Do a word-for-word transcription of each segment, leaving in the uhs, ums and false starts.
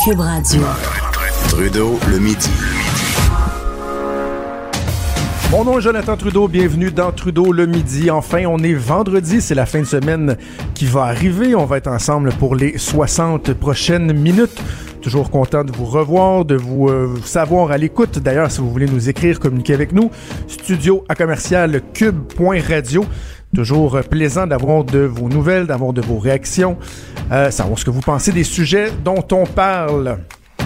Cube Radio. Trudeau le midi. Mon nom est Jonathan Trudeau, bienvenue dans Trudeau le midi. Enfin, on est vendredi, c'est la fin de semaine qui va arriver. On va être ensemble pour les soixante prochaines minutes. Toujours content de vous revoir, de vous euh, savoir à l'écoute. D'ailleurs, si vous voulez nous écrire, communiquer avec nous, studio à commercial cube point radio. Toujours euh, plaisant d'avoir de vos nouvelles, d'avoir de vos réactions, euh, savoir ce que vous pensez des sujets dont on parle.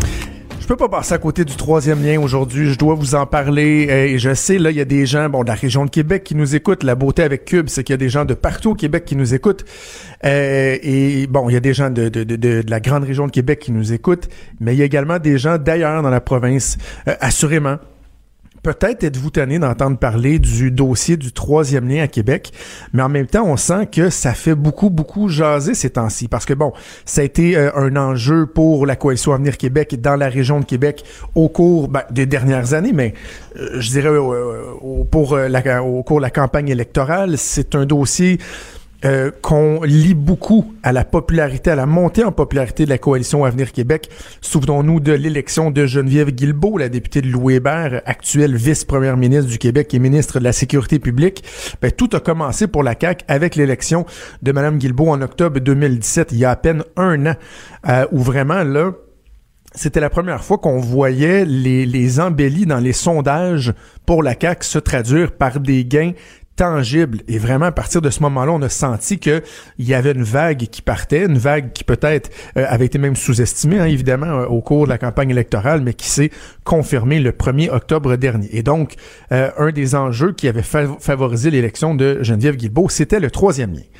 Je peux pas passer à côté du troisième lien aujourd'hui, je dois vous en parler, et je sais, là, il y a des gens, bon, de la région de Québec qui nous écoutent. La beauté avec Cube, c'est qu'il y a des gens de partout au Québec qui nous écoutent, euh, et bon, il y a des gens de, de, de, de la grande région de Québec qui nous écoutent, mais il y a également des gens d'ailleurs dans la province, euh, assurément. Peut-être êtes-vous tanné d'entendre parler du dossier du troisième lien à Québec, mais en même temps, on sent que ça fait beaucoup, beaucoup jaser ces temps-ci. Parce que bon, ça a été euh, un enjeu pour la Coalition Avenir Québec dans la région de Québec au cours ben, des dernières années, mais euh, je dirais euh, au, pour, euh, la, au cours de la campagne électorale, c'est un dossier Euh, qu'on lie beaucoup à la popularité, à la montée en popularité de la Coalition Avenir Québec. Souvenons-nous de l'élection de Geneviève Guilbeault, la députée de Louis-Hébert, actuelle vice-première ministre du Québec et ministre de la Sécurité publique. Ben, tout a commencé pour la C A Q avec l'élection de Mme Guilbeault en octobre deux mille dix-sept, il y a à peine un an, euh, où vraiment, là, c'était la première fois qu'on voyait les, les embellis dans les sondages pour la C A Q se traduire par des gains tangible. Et vraiment, à partir de ce moment-là, on a senti que il y avait une vague qui partait, une vague qui peut-être euh, avait été même sous-estimée, hein, évidemment, euh, au cours de la campagne électorale, mais qui s'est confirmée le premier octobre dernier. Et donc, euh, un des enjeux qui avait fav- favorisé l'élection de Geneviève Guilbeault, c'était le troisième lien.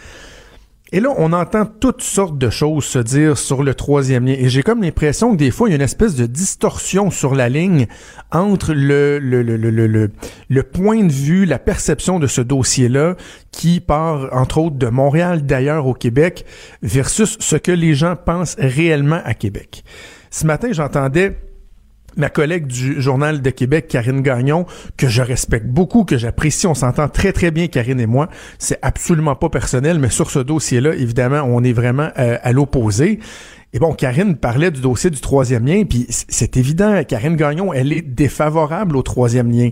Et là, on entend toutes sortes de choses se dire sur le troisième lien. Et j'ai comme l'impression que des fois, il y a une espèce de distorsion sur la ligne entre le, le, le, le, le, le point de vue, la perception de ce dossier-là, qui part, entre autres, de Montréal, d'ailleurs au Québec, versus ce que les gens pensent réellement à Québec. Ce matin, j'entendais ma collègue du Journal de Québec, Karine Gagnon, que je respecte beaucoup, que j'apprécie, on s'entend très très bien, Karine et moi, c'est absolument pas personnel, mais sur ce dossier-là, évidemment, on est vraiment euh, à l'opposé. Et bon, Karine parlait du dossier du troisième lien, puis c'est évident, Karine Gagnon, elle est défavorable au troisième lien.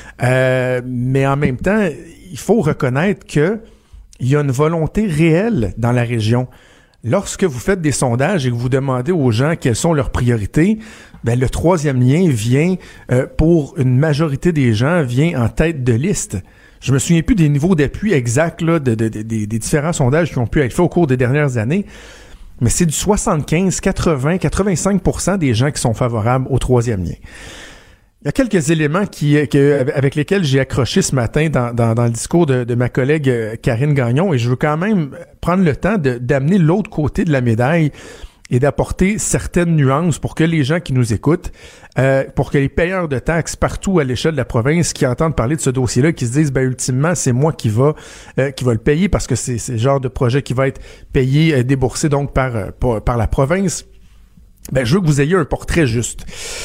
Euh, mais en même temps, il faut reconnaître que il y a une volonté réelle dans la région. Lorsque vous faites des sondages et que vous demandez aux gens quelles sont leurs priorités, ben le troisième lien vient, euh, pour une majorité des gens, vient en tête de liste. Je me souviens plus des niveaux d'appui exacts là, de, de, de, des, des différents sondages qui ont pu être faits au cours des dernières années, mais c'est du soixante-quinze, quatre-vingts, quatre-vingt-cinq pour cent des gens qui sont favorables au troisième lien. Il y a quelques éléments qui, que, avec lesquels j'ai accroché ce matin dans, dans, dans le discours de, de ma collègue Karine Gagnon, et je veux quand même prendre le temps de, d'amener l'autre côté de la médaille et d'apporter certaines nuances pour que les gens qui nous écoutent, euh, pour que les payeurs de taxes partout à l'échelle de la province qui entendent parler de ce dossier-là, qui se disent, ben ultimement, c'est moi qui va euh, qui va le payer parce que c'est, c'est le genre de projet qui va être payé, euh, déboursé donc par, euh, par, par la province. Ben, je veux que vous ayez un portrait juste.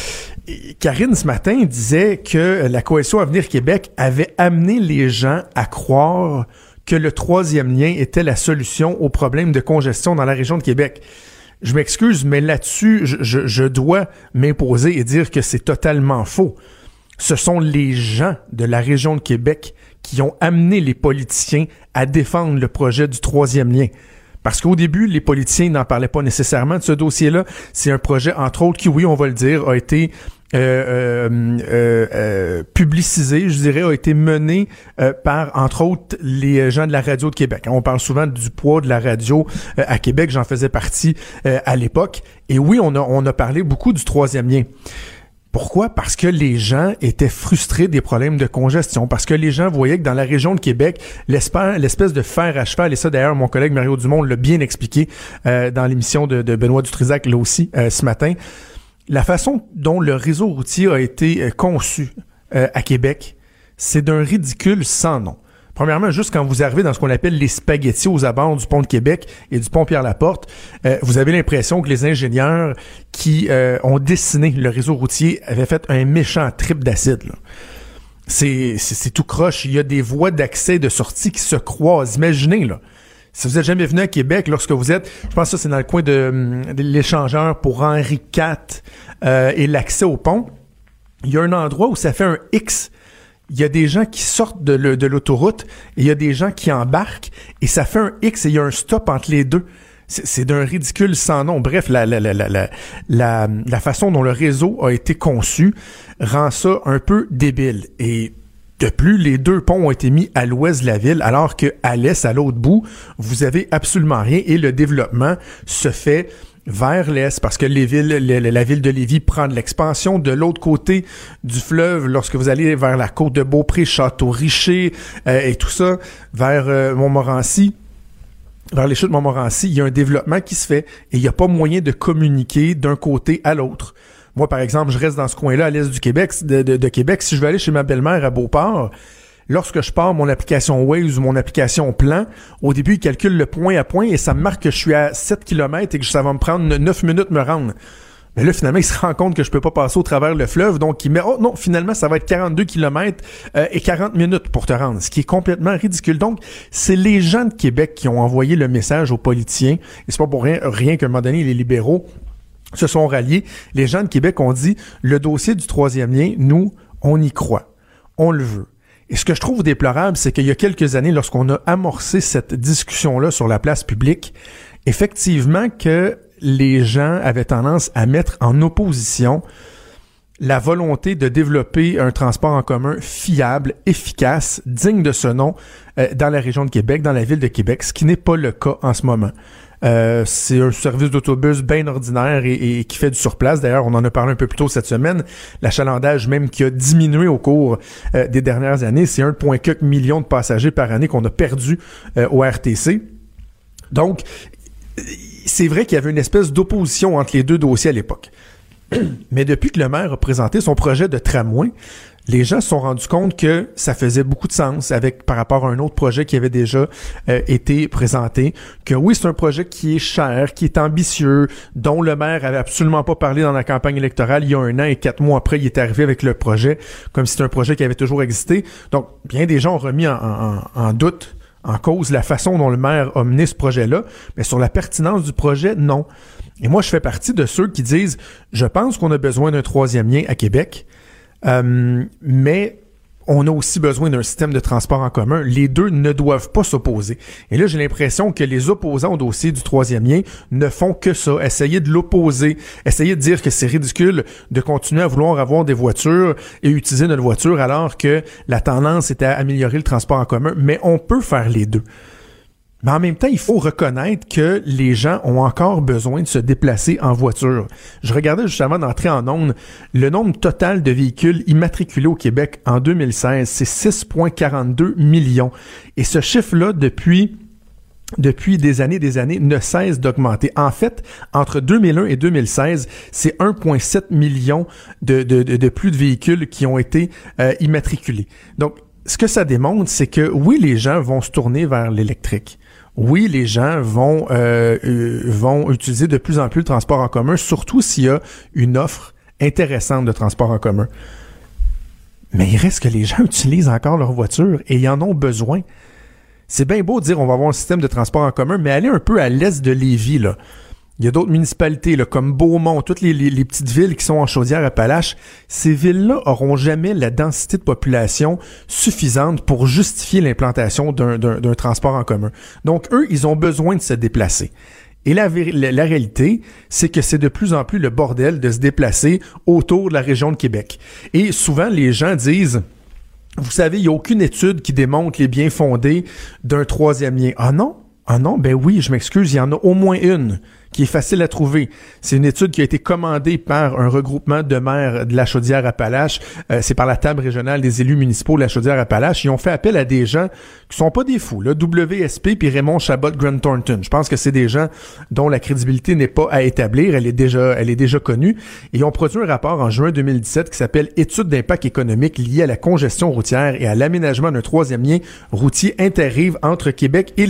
Et Karine, ce matin, disait que la Coalition Avenir Québec avait amené les gens à croire que le troisième lien était la solution au problème de congestion dans la région de Québec. Je m'excuse, mais là-dessus, je, je, je dois m'imposer et dire que c'est totalement faux. Ce sont les gens de la région de Québec qui ont amené les politiciens à défendre le projet du troisième lien. Parce qu'au début, les politiciens n'en parlaient pas nécessairement de ce dossier-là. C'est un projet, entre autres, qui, oui, on va le dire, a été euh, euh, euh, euh, publicisé, je dirais, a été mené euh, par, entre autres, les gens de la radio de Québec. On parle souvent du poids de la radio euh, à Québec. J'en faisais partie euh, à l'époque. Et oui, on a, on a parlé beaucoup du troisième lien. Pourquoi? Parce que les gens étaient frustrés des problèmes de congestion, parce que les gens voyaient que dans la région de Québec, l'espèce, l'espèce de fer à cheval, et ça d'ailleurs mon collègue Mario Dumont l'a bien expliqué euh, dans l'émission de, de Benoît Dutrisac là aussi euh, ce matin, la façon dont le réseau routier a été euh, conçu euh, à Québec, c'est d'un ridicule sans nom. Premièrement, juste quand vous arrivez dans ce qu'on appelle les spaghettis aux abords du pont de Québec et du pont Pierre-Laporte, euh, vous avez l'impression que les ingénieurs qui euh, ont dessiné le réseau routier avaient fait un méchant trip d'acide, là. C'est, c'est, c'est tout croche. Il y a des voies d'accès et de sortie qui se croisent. Imaginez, là. Si vous êtes jamais venu à Québec, lorsque vous êtes, je pense que ça c'est dans le coin de, de l'échangeur pour Henri quatre euh, et l'accès au pont, il y a un endroit où ça fait un X. Il y a des gens qui sortent de, le, de l'autoroute et il y a des gens qui embarquent et ça fait un X et il y a un stop entre les deux. C'est, c'est d'un ridicule sans nom. Bref, la, la, la, la, la, la, la façon dont le réseau a été conçu rend ça un peu débile. Et de plus, les deux ponts ont été mis à l'ouest de la ville, alors qu'à l'est, à l'autre bout, vous avez absolument rien et le développement se fait vers l'est, parce que les villes, les, la ville de Lévis prend de l'expansion. De l'autre côté du fleuve, lorsque vous allez vers la côte de Beaupré, Château-Richer euh, et tout ça, vers euh, Montmorency, vers les chutes de Montmorency, il y a un développement qui se fait et il n'y a pas moyen de communiquer d'un côté à l'autre. Moi, par exemple, je reste dans ce coin-là, à l'est du Québec, de, de, de Québec. Si je veux aller chez ma belle-mère à Beauport, lorsque je pars mon application Waze ou mon application Plan, au début, il calcule le point à point et ça me marque que je suis à sept kilomètres et que ça va me prendre neuf minutes de me rendre. Mais là, finalement, il se rend compte que je peux pas passer au travers le fleuve, donc il met, oh non, finalement, ça va être quarante-deux kilomètres euh, et quarante minutes pour te rendre, ce qui est complètement ridicule. Donc, c'est les gens de Québec qui ont envoyé le message aux politiciens, et c'est pas pour rien, rien qu'à un moment donné, les libéraux se sont ralliés. Les gens de Québec ont dit, le dossier du troisième lien, nous, on y croit. On le veut. Et ce que je trouve déplorable, c'est qu'il y a quelques années, lorsqu'on a amorcé cette discussion-là sur la place publique, effectivement que les gens avaient tendance à mettre en opposition la volonté de développer un transport en commun fiable, efficace, digne de ce nom, euh, dans la région de Québec, dans la ville de Québec, ce qui n'est pas le cas en ce moment. Euh, c'est un service d'autobus bien ordinaire et, et qui fait du surplace. D'ailleurs, on en a parlé un peu plus tôt cette semaine. L'achalandage même qui a diminué au cours euh, des dernières années. C'est un virgule quatre million de passagers par année qu'on a perdu euh, au R T C. Donc, c'est vrai qu'il y avait une espèce d'opposition entre les deux dossiers à l'époque. Mais depuis que le maire a présenté son projet de tramway, les gens se sont rendus compte que ça faisait beaucoup de sens avec par rapport à un autre projet qui avait déjà euh, été présenté, que oui, c'est un projet qui est cher, qui est ambitieux, dont le maire avait absolument pas parlé dans la campagne électorale il y a un an et quatre mois après, il est arrivé avec le projet, comme si c'était un projet qui avait toujours existé. Donc, bien des gens ont remis en, en, en doute, en cause, la façon dont le maire a mené ce projet-là, mais sur la pertinence du projet, non. Et moi, je fais partie de ceux qui disent, je pense qu'on a besoin d'un troisième lien à Québec, Euh, mais on a aussi besoin d'un système de transport en commun. Les deux ne doivent pas s'opposer. Et là, j'ai l'impression que les opposants au dossier du troisième lien ne font que ça. Essayer de l'opposer, essayer de dire que c'est ridicule de continuer à vouloir avoir des voitures et utiliser notre voiture alors que la tendance est à améliorer le transport en commun. Mais on peut faire les deux. Mais en même temps, il faut reconnaître que les gens ont encore besoin de se déplacer en voiture. Je regardais justement d'entrer en ondes, le nombre total de véhicules immatriculés au Québec en deux mille seize, c'est six virgule quarante-deux millions. Et ce chiffre-là, depuis depuis des années et des années, ne cesse d'augmenter. En fait, entre deux mille un et deux mille seize, c'est un virgule sept million de, de, de, de plus de véhicules qui ont été euh, immatriculés. Donc, ce que ça démontre, c'est que oui, les gens vont se tourner vers l'électrique. Oui, les gens vont euh, euh, vont utiliser de plus en plus le transport en commun, surtout s'il y a une offre intéressante de transport en commun. Mais il reste que les gens utilisent encore leur voiture et ils en ont besoin. C'est bien beau de dire on va avoir un système de transport en commun, mais allez un peu à l'est de Lévis, là. Il y a d'autres municipalités, là, comme Beaumont, toutes les, les, les petites villes qui sont en Chaudière-Appalaches. Ces villes-là auront jamais la densité de population suffisante pour justifier l'implantation d'un, d'un, d'un transport en commun. Donc, eux, ils ont besoin de se déplacer. Et la, la, la réalité, c'est que c'est de plus en plus le bordel de se déplacer autour de la région de Québec. Et souvent, les gens disent... Vous savez, il n'y a aucune étude qui démontre les biens fondés d'un troisième lien. Ah non? Ah non? Ben oui, je m'excuse, il y en a au moins une qui est facile à trouver. C'est une étude qui a été commandée par un regroupement de maires de la Chaudière-Appalaches. Euh, c'est par la table régionale des élus municipaux de la Chaudière-Appalaches. Ils ont fait appel à des gens qui sont pas des fous, là. W S P puis Raymond Chabot Grant Thornton. Je pense que c'est des gens dont la crédibilité n'est pas à établir. Elle est déjà, elle est déjà connue. Et ils ont produit un rapport en juin deux mille dix-sept qui s'appelle « Étude d'impact économique liée à la congestion routière et à l'aménagement d'un troisième lien routier interrive entre Québec et Lévis ».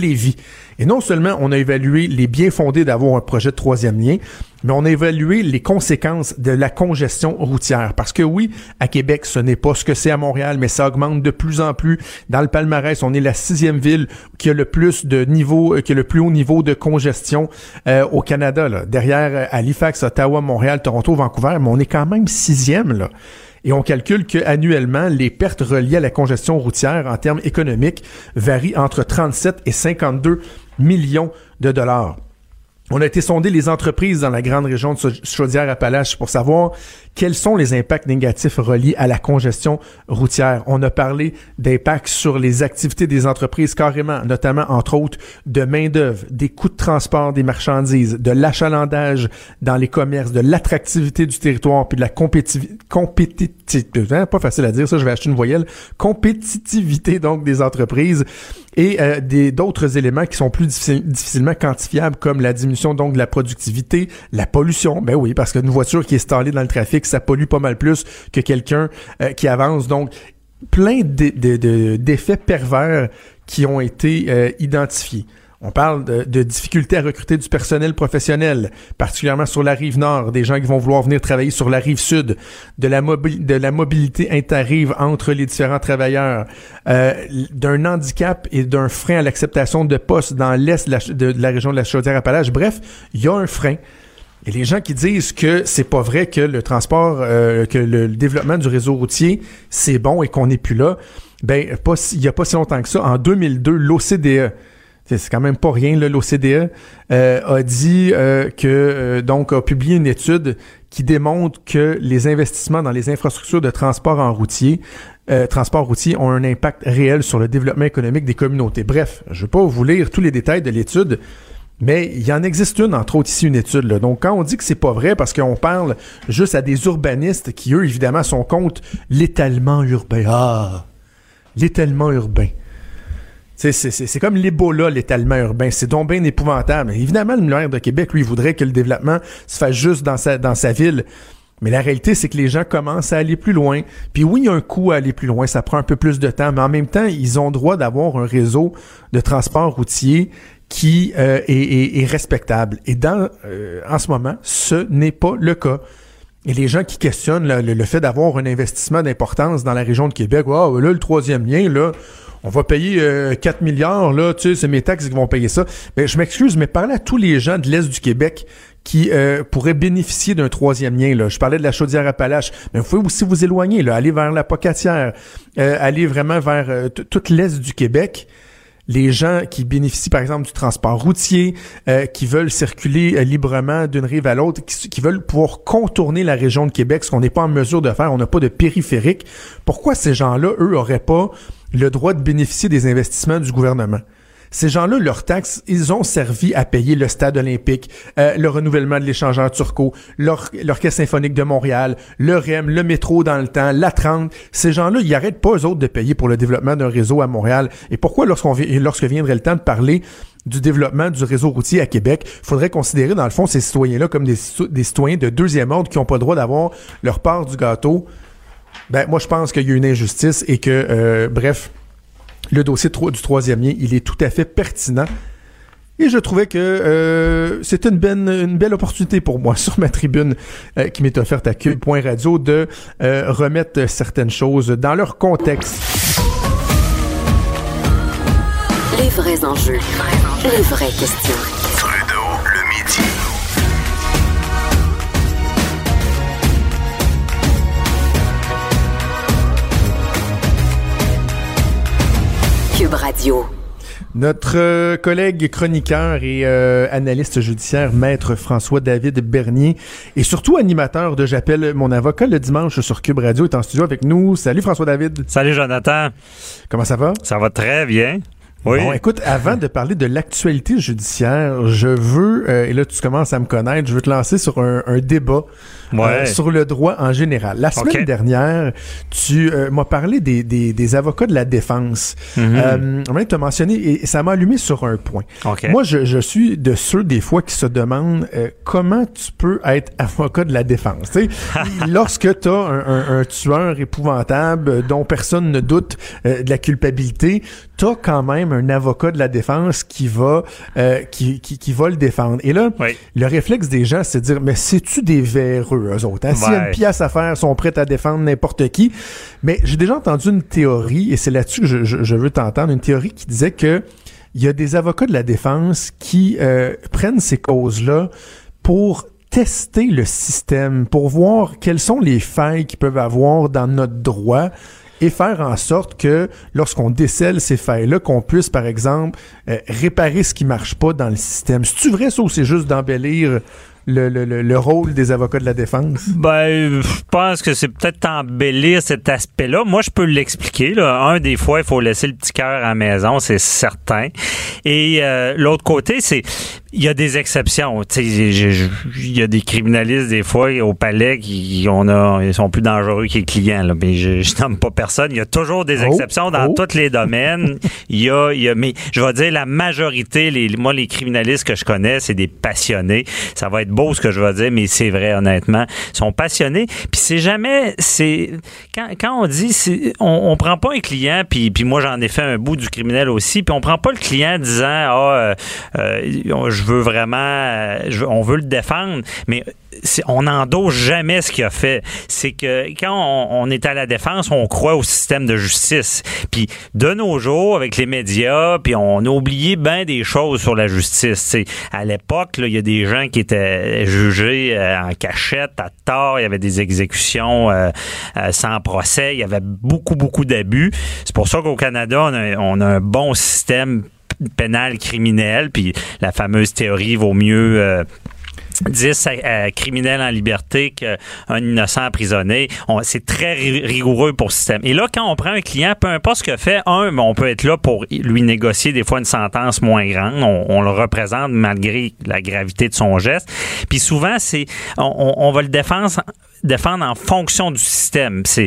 Et non seulement on a évalué les biens fondés d'avoir un projet de troisième lien, mais on a évalué les conséquences de la congestion routière. Parce que oui, à Québec, ce n'est pas ce que c'est à Montréal, mais ça augmente de plus en plus. Dans le palmarès, on est la sixième ville qui a le plus de niveau, qui a le plus haut niveau de congestion euh, au Canada, là. Derrière Halifax, Ottawa, Montréal, Toronto, Vancouver, mais on est quand même sixième, là. Et on calcule qu'annuellement, les pertes reliées à la congestion routière en termes économiques varient entre trente-sept et cinquante-deux millions de dollars. On a été sonder les entreprises dans la grande région de Chaudière-Appalaches pour savoir quels sont les impacts négatifs reliés à la congestion routière. On a parlé d'impacts sur les activités des entreprises carrément, notamment, entre autres, de main-d'œuvre, des coûts de transport des marchandises, de l'achalandage dans les commerces, de l'attractivité du territoire, puis de la compétitivité, compétitivité, hein, pas facile à dire ça, je vais acheter une voyelle, compétitivité donc des entreprises et euh, des d'autres éléments qui sont plus difficile, difficilement quantifiables, comme la diminution donc de la productivité, la pollution. Ben oui, parce qu'une voiture qui est stallée dans le trafic, ça pollue pas mal plus que quelqu'un euh, qui avance. Donc, plein de, de, de, d'effets pervers qui ont été euh, identifiés. On parle de, de difficultés à recruter du personnel professionnel, particulièrement sur la rive nord, des gens qui vont vouloir venir travailler sur la rive sud, de la, mobi- de la mobilité interrive entre les différents travailleurs, euh, d'un handicap et d'un frein à l'acceptation de postes dans l'est de la, de, de la région de la Chaudière-Appalaches. Bref, il y a un frein. Et les gens qui disent que c'est pas vrai que le transport, euh, que le, le développement du réseau routier, c'est bon et qu'on n'est plus là, ben, pas, il y a pas si longtemps que ça, en deux mille deux, l'O C D E, c'est quand même pas rien, là, l'O C D E euh, a dit euh, que, euh, donc, a publié une étude qui démontre que les investissements dans les infrastructures de transport en routier, euh, transport routier ont un impact réel sur le développement économique des communautés. Bref, je vais pas vous lire tous les détails de l'étude, mais il y en existe une, entre autres ici, une étude, là. Donc, quand on dit que c'est pas vrai, parce qu'on parle juste à des urbanistes qui, eux, évidemment, sont contre l'étalement urbain. Ah! L'étalement urbain. C'est, c'est, c'est comme l'Ebola, l'étalement urbain. C'est donc bien épouvantable. Évidemment, le maire de Québec, lui, voudrait que le développement se fasse juste dans sa, dans sa ville. Mais la réalité, c'est que les gens commencent à aller plus loin. Puis oui, il y a un coût à aller plus loin. Ça prend un peu plus de temps. Mais en même temps, ils ont droit d'avoir un réseau de transport routier qui euh, est, est, est respectable. Et dans euh, en ce moment, ce n'est pas le cas. Et les gens qui questionnent le, le, le fait d'avoir un investissement d'importance dans la région de Québec, wow, là, le troisième lien, là, on va payer euh, quatre milliards, là, tu sais, c'est mes taxes qui vont payer ça. Mais je m'excuse, mais parlez à tous les gens de l'Est du Québec qui euh, pourraient bénéficier d'un troisième lien, là. Je parlais de la Chaudière-Appalaches, mais vous pouvez aussi vous éloigner, là, aller vers la Pocatière, euh, aller vraiment vers euh, t- tout l'Est du Québec. Les gens qui bénéficient, par exemple, du transport routier, euh, qui veulent circuler euh, librement d'une rive à l'autre, qui, qui veulent pouvoir contourner la région de Québec, ce qu'on n'est pas en mesure de faire, on n'a pas de périphérique. Pourquoi ces gens-là, eux, auraient pas le droit de bénéficier des investissements du gouvernement? Ces gens-là, leurs taxes, ils ont servi à payer le stade olympique, euh, le renouvellement de l'échangeur turco, l'or- l'Orchestre symphonique de Montréal, le R E M, le métro dans le temps, l'A trente. Ces gens-là, ils n'arrêtent pas, eux autres, de payer pour le développement d'un réseau à Montréal. Et pourquoi, lorsqu'on vi- lorsque viendrait le temps de parler du développement du réseau routier à Québec, il faudrait considérer, dans le fond, ces citoyens-là comme des, des citoyens de deuxième ordre qui n'ont pas le droit d'avoir leur part du gâteau? Ben, moi, je pense qu'il y a une injustice et que, euh, bref... Le dossier du troisième lien, il est tout à fait pertinent. Et je trouvais que euh, c'était une belle, une belle opportunité pour moi sur ma tribune euh, qui m'est offerte à Cube point radio de euh, remettre certaines choses dans leur contexte. Les vrais enjeux, les vraies questions. Trudeau, le midi. Cube Radio. Notre euh, collègue chroniqueur et euh, analyste judiciaire, maître François-David Bernier, et surtout animateur de J'appelle mon avocat le dimanche sur Cube Radio, est en studio avec nous. Salut François-David. Salut Jonathan. Comment ça va? Ça va très bien. Oui. Bon, écoute, avant de parler de l'actualité judiciaire, je veux, euh, et là tu commences à me connaître, je veux te lancer sur un, un débat ouais. euh, sur le droit en général. La semaine okay. dernière, tu euh, m'as parlé des, des, des avocats de la défense. Mm-hmm. Euh, tu as mentionné, et ça m'a allumé sur un point. Okay. Moi, je, je suis de ceux des fois qui se demandent euh, comment tu peux être avocat de la défense. Tu sais, lorsque tu as un, un, un tueur épouvantable dont personne ne doute euh, de la culpabilité, tu as quand même exemple, un avocat de la défense qui va euh, qui, qui, qui va le défendre. Et là, oui. le réflexe des gens, c'est de dire, mais c'est-tu des véreux, eux autres? Hein? S'il y a une pièce à faire, ils sont prêts à défendre n'importe qui. Mais j'ai déjà entendu une théorie, et c'est là-dessus que je, je, je veux t'entendre, une théorie qui disait que il y a des avocats de la défense qui euh, prennent ces causes-là pour tester le système, pour voir quelles sont les failles qu'ils peuvent avoir dans notre droit et faire en sorte que lorsqu'on décèle ces failles-là, qu'on puisse, par exemple, euh, réparer ce qui marche pas dans le système. C'est-tu vrai ça ou c'est juste d'embellir Le, le, le, le rôle des avocats de la défense? Ben, je pense que c'est peut-être embellir cet aspect-là. Moi, je peux l'expliquer. Là. Un, des fois, il faut laisser le petit cœur à la maison, c'est certain. Et euh, l'autre côté, c'est il y a des exceptions. Il y a des criminalistes, des fois, au palais, qui on a, ils sont plus dangereux que les clients. Là. Mais je, je nomme pas personne. Il y a toujours des exceptions oh, dans oh. tous les domaines. Il y a, il y a, mais je vais dire, la majorité, les, moi, les criminalistes que je connais, c'est des passionnés. Ça va être beau ce que je vais dire, mais c'est vrai, honnêtement. Ils sont passionnés. Puis c'est jamais... c'est Quand, quand on dit... C'est, on, on prend pas un client, puis, puis moi, j'en ai fait un bout du criminel aussi, puis on prend pas le client disant « Ah, euh, euh, je veux vraiment... Euh, je, on veut le défendre », mais... C'est, on n'endosse jamais ce qu'il a fait. C'est que quand on, on est à la défense, on croit au système de justice. Puis de nos jours, avec les médias, puis on a oublié bien des choses sur la justice. T'sais, à l'époque, il y a des gens qui étaient jugés euh, en cachette, à tort. Il y avait des exécutions euh, euh, sans procès. Il y avait beaucoup, beaucoup d'abus. C'est pour ça qu'au Canada, on a, on a un bon système pénal criminel. Puis la fameuse théorie vaut mieux... Euh, dix euh, criminels en liberté qu'un innocent emprisonné. On, c'est très rigoureux pour le système. Et là, quand on prend un client, peu importe ce qu'il fait, un, on peut être là pour lui négocier des fois une sentence moins grande. On, on le représente malgré la gravité de son geste. Puis souvent, c'est on, on va le défendre défendre en fonction du système. C'est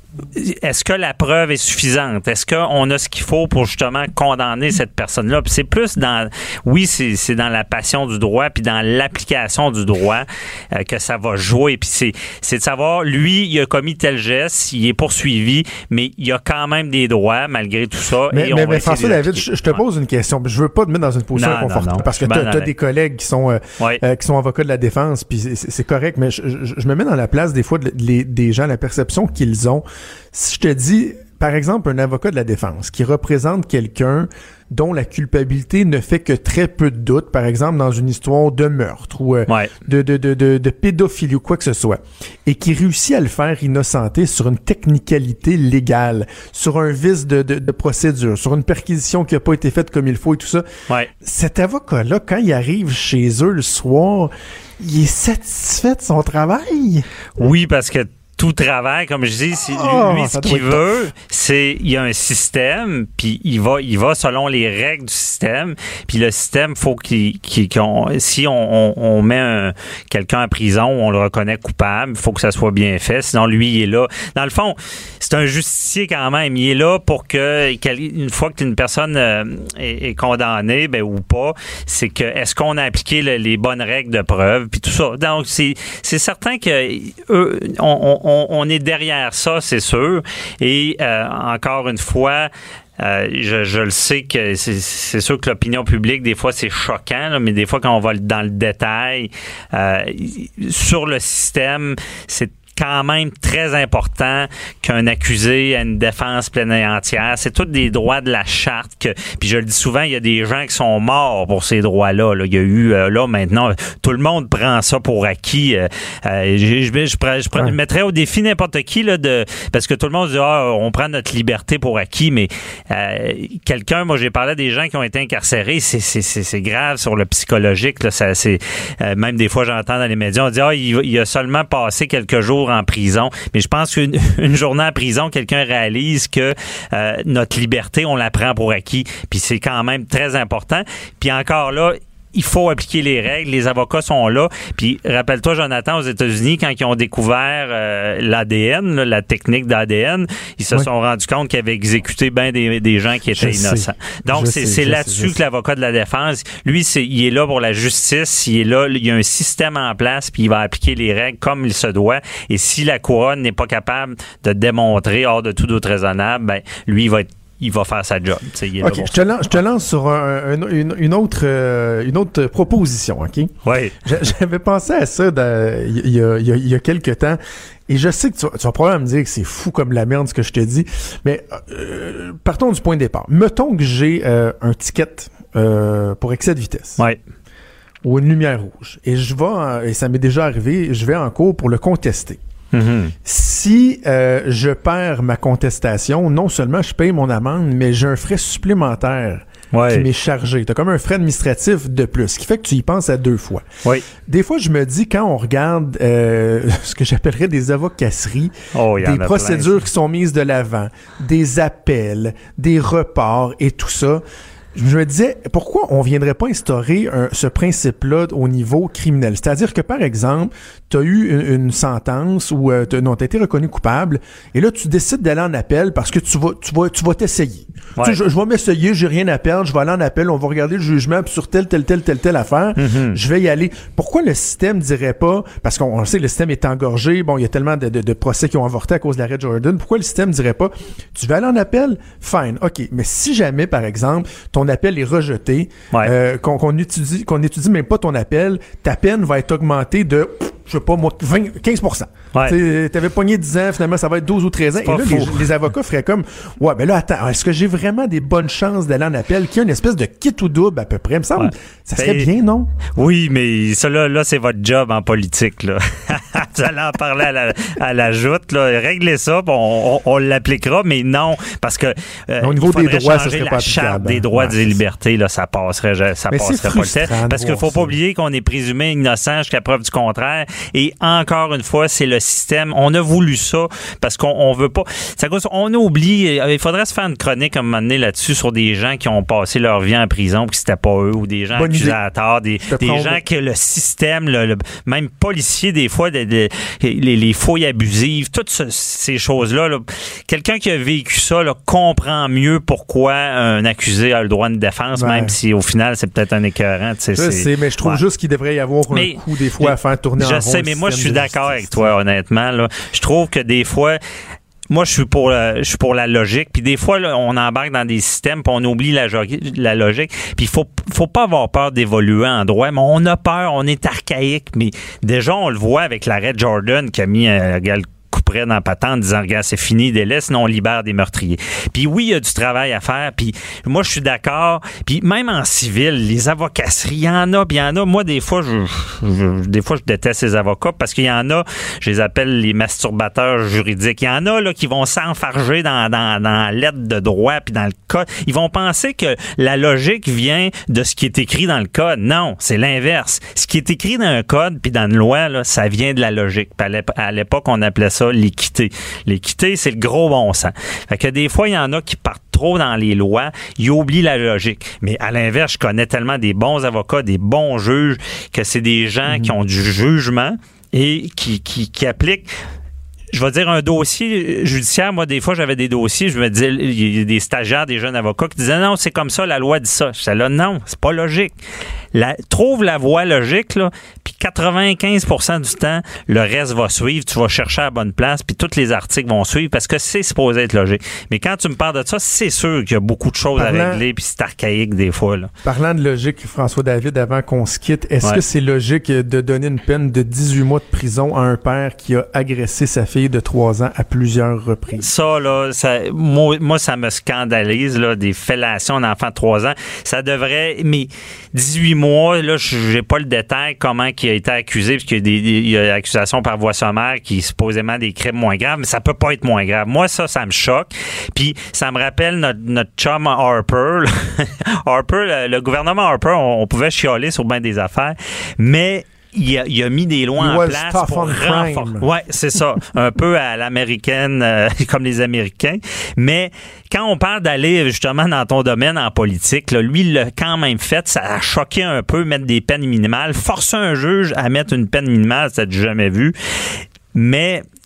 est-ce que la preuve est suffisante? Est-ce qu'on a ce qu'il faut pour justement condamner cette personne-là? Puis c'est plus dans oui, c'est, c'est dans la passion du droit puis dans l'application du droit euh, que ça va jouer. Puis c'est, c'est de savoir, lui, il a commis tel geste, il est poursuivi, mais il a quand même des droits malgré tout ça. Mais, et mais, on mais François David, je, je te pose une question. Je veux pas te mettre dans une position inconfortable parce que tu as des collègues qui sont, euh, oui. euh, qui sont avocats de la défense, puis c'est, c'est correct, mais je, je, je me mets dans la place des fois de, les, des gens, la perception qu'ils ont. Si je te dis, par exemple, un avocat de la défense qui représente quelqu'un dont la culpabilité ne fait que très peu de doute, par exemple dans une histoire de meurtre ou euh, ouais. de, de, de, de, de pédophilie ou quoi que ce soit, et qui réussit à le faire innocenter sur une technicalité légale, sur un vice de, de, de procédure, sur une perquisition qui n'a pas été faite comme il faut et tout ça, ouais. cet avocat-là, quand il arrive chez eux le soir, il est satisfait de son travail? Oui, parce que tout travail, comme je dis, c'est, oh, lui, ce qu'il veut, top. c'est il y a un système, puis il va, il va selon les règles du système, puis le système, faut qu'il, qu'il qu'on, si on, on, on met un, quelqu'un en prison, on le reconnaît coupable, faut que ça soit bien fait, sinon lui, il est là. Dans le fond, c'est un justicier quand même, il est là pour que, une fois qu'une personne euh, est, est condamnée, ben ou pas, c'est que est-ce qu'on a appliqué le, les bonnes règles de preuve, puis tout ça. Donc c'est, c'est certain que eux, on, on On, on est derrière ça, c'est sûr. Et euh, encore une fois, euh, je, je le sais que c'est, c'est sûr que l'opinion publique, des fois, c'est choquant, là, mais des fois, quand on va dans le détail, euh, sur le système, c'est quand même très important qu'un accusé ait une défense pleine et entière. C'est tous des droits de la charte. Que, puis je le dis souvent, il y a des gens qui sont morts pour ces droits-là. Là. Il y a eu, euh, là, maintenant, tout le monde prend ça pour acquis. Euh, je, je, je, je, je ouais. mettrais au défi n'importe qui, là, de, parce que tout le monde dit, ah, on prend notre liberté pour acquis, mais euh, quelqu'un, moi, j'ai parlé des gens qui ont été incarcérés, c'est, c'est, c'est, c'est grave sur le psychologique. Là, ça, c'est, euh, même des fois, j'entends dans les médias, on dit, ah, il, il a seulement passé quelques jours en prison. Mais je pense qu'une une journée en prison, quelqu'un réalise que euh, notre liberté, on la prend pour acquis. Puis c'est quand même très important. Puis encore là, il faut appliquer les règles. Les avocats sont là. Puis, rappelle-toi, Jonathan, aux États-Unis, quand ils ont découvert euh, l'A D N, là, la technique d'A D N, ils se oui. sont rendus compte qu'ils avaient exécuté bien des, des gens qui étaient je innocents. Sais. Donc, je c'est, sais, c'est là-dessus sais, que l'avocat de la défense, lui, c'est, il est là pour la justice. Il est là, il y a un système en place, puis il va appliquer les règles comme il se doit. Et si la couronne n'est pas capable de démontrer hors de tout doute raisonnable, ben, lui, il va être il va faire sa job. Il est OK, là je te, lance, je te lance sur un, un, une, une, autre, euh, une autre proposition, OK? Oui. J'avais pensé à ça il y, y, a, y, a, y a quelques temps, et je sais que tu vas, tu vas probablement me dire que c'est fou comme la merde ce que je te dis, mais euh, partons du point de départ. Mettons que j'ai euh, un ticket euh, pour excès de vitesse. Oui. Ou une lumière rouge. Et je vais, et ça m'est déjà arrivé, je vais en cours pour le contester. Mm-hmm. Si euh, je perds ma contestation, non seulement je paye mon amende, mais j'ai un frais supplémentaire ouais. qui m'est chargé. T'as comme un frais administratif de plus, ce qui fait que tu y penses à deux fois. Oui. Des fois, je me dis, quand on regarde euh, ce que j'appellerais des avocasseries, oh, des procédures plein. Qui sont mises de l'avant, des appels, des reports et tout ça, je me disais, pourquoi on viendrait pas instaurer un, ce principe-là au niveau criminel? C'est-à-dire que, par exemple, tu as eu une, une sentence ou euh, t'as, non, tu as été reconnu coupable et là, tu décides d'aller en appel parce que tu vas tu vas, tu vas t'essayer. Ouais. Tu sais, je, je vais m'essayer, j'ai rien à perdre, je vais aller en appel, on va regarder le jugement sur telle, telle, telle, telle, telle affaire. Mm-hmm. Je vais y aller. Pourquoi le système dirait pas, parce qu'on on sait que le système est engorgé, bon, il y a tellement de, de, de procès qui ont avorté à cause de l'arrêt Jordan, pourquoi le système dirait pas, tu vas aller en appel? Fine, OK. Mais si jamais, par exemple, ton appel est rejeté, ouais. euh, qu'on, qu'on étudie, qu'on étudie même pas ton appel, ta peine va être augmentée de, je sais pas, moi, vingt, quinze pour cent. Ouais. T'avais pogné dix ans, finalement, ça va être douze ou treize ans. Et là, les, les avocats feraient comme, ouais, ben là, attends, est-ce que j'ai vraiment des bonnes chances d'aller en appel? Qu'il y a une espèce de kit ou double, à peu près. Il me semble, ouais. ça serait ben, bien, non? Oui, mais ça, là, là c'est votre job en politique, là. Vous allez en parler à la, à la joute, là. Réglez ça, on, on, on l'appliquera, mais non, parce que, euh, au niveau des droits, ça serait la pas charte des droits et des libertés, là, ça passerait, ça mais passerait pas le test. Parce qu'il faut ça. Pas oublier qu'on est présumé innocent jusqu'à preuve du contraire. Et encore une fois, c'est le système. On a voulu ça parce qu'on on veut pas. Ça, on oublie. Il faudrait se faire une chronique à un moment donné là-dessus sur des gens qui ont passé leur vie en prison puis que c'était pas eux, ou des gens Bonne accusés idée. À tort, des, des gens que le système, le, le, même policiers des fois, de, de, les, les fouilles abusives, toutes ce, ces choses-là. Là, quelqu'un qui a vécu ça là, comprend mieux pourquoi un accusé a le droit de défense, ouais. même si au final c'est peut-être un écœurant. Je c'est, sais, mais je trouve ouais. juste qu'il devrait y avoir mais, un coup des fois à faire tourner je en rond. Je sais, mais moi je suis d'accord avec toi, honnêtement. Là. Je trouve que des fois, moi je suis pour euh, je suis pour la logique, puis des fois là, on embarque dans des systèmes puis on oublie la, la logique, puis il faut faut pas avoir peur d'évoluer en droit, mais on a peur, on est archaïque, mais déjà on le voit avec l'arrêt Jordan qui a mis un euh, couperait dans la patente en disant, regarde, c'est fini, délai, sinon on libère des meurtriers. Puis oui, il y a du travail à faire, puis moi, je suis d'accord. Puis même en civil, les avocasseries, il y en a, puis il y en a. Moi, des fois, je, je, des fois, je déteste les avocats parce qu'il y en a, je les appelle les masturbateurs juridiques. Il y en a là qui vont s'enfarger dans, dans, dans la lettre de droit, puis dans le code. Ils vont penser que la logique vient de ce qui est écrit dans le code. Non, c'est l'inverse. Ce qui est écrit dans un code, puis dans une loi, là, ça vient de la logique. Puis à l'époque, on appelait ça l'équité. L'équité, c'est le gros bon sens. Fait que des fois, il y en a qui partent trop dans les lois, ils oublient la logique. Mais à l'inverse, je connais tellement des bons avocats, des bons juges, que c'est des gens mmh. qui ont du jugement et qui, qui, qui appliquent. Je vais dire un dossier judiciaire. Moi, des fois, j'avais des dossiers, je me disais, il y a des stagiaires, des jeunes avocats qui disaient, non, c'est comme ça, la loi dit ça. Je disais là, non, c'est pas logique. La, trouve la voie logique, là, puis quatre-vingt-quinze pour cent du temps, le reste va suivre. Tu vas chercher à la bonne place, puis tous les articles vont suivre parce que c'est supposé être logique. Mais quand tu me parles de ça, c'est sûr qu'il y a beaucoup de choses Parlant, à régler, puis c'est archaïque des fois. Là. Parlant de logique, François David, avant qu'on se quitte, est-ce ouais. que c'est logique de donner une peine de dix-huit mois de prison à un père qui a agressé sa fille de trois ans à plusieurs reprises? Ça, là, ça, moi, moi, ça me scandalise, là, des fellations d'enfants de trois ans. Ça devrait, mais dix-huit mois, là, j'ai pas le détail comment il a été accusé, parce qu'il y a des, il y a accusation par voie sommaire qui est supposément des crimes moins graves, mais ça peut pas être moins grave. Moi, ça, ça me choque. Puis, ça me rappelle notre, notre chum Harper. Harper, le, le gouvernement Harper, on, on pouvait chialer sur bien des affaires, mais Il a, il a mis des lois He en place pour renforcer. Ouais, c'est ça. Un peu à l'américaine, euh, comme les Américains. Mais quand on parle d'aller justement dans ton domaine en politique, là, lui, il l'a quand même fait. Ça a choqué un peu, mettre des peines minimales. Forcer un juge à mettre une peine minimale, ça n'a jamais vu. Mais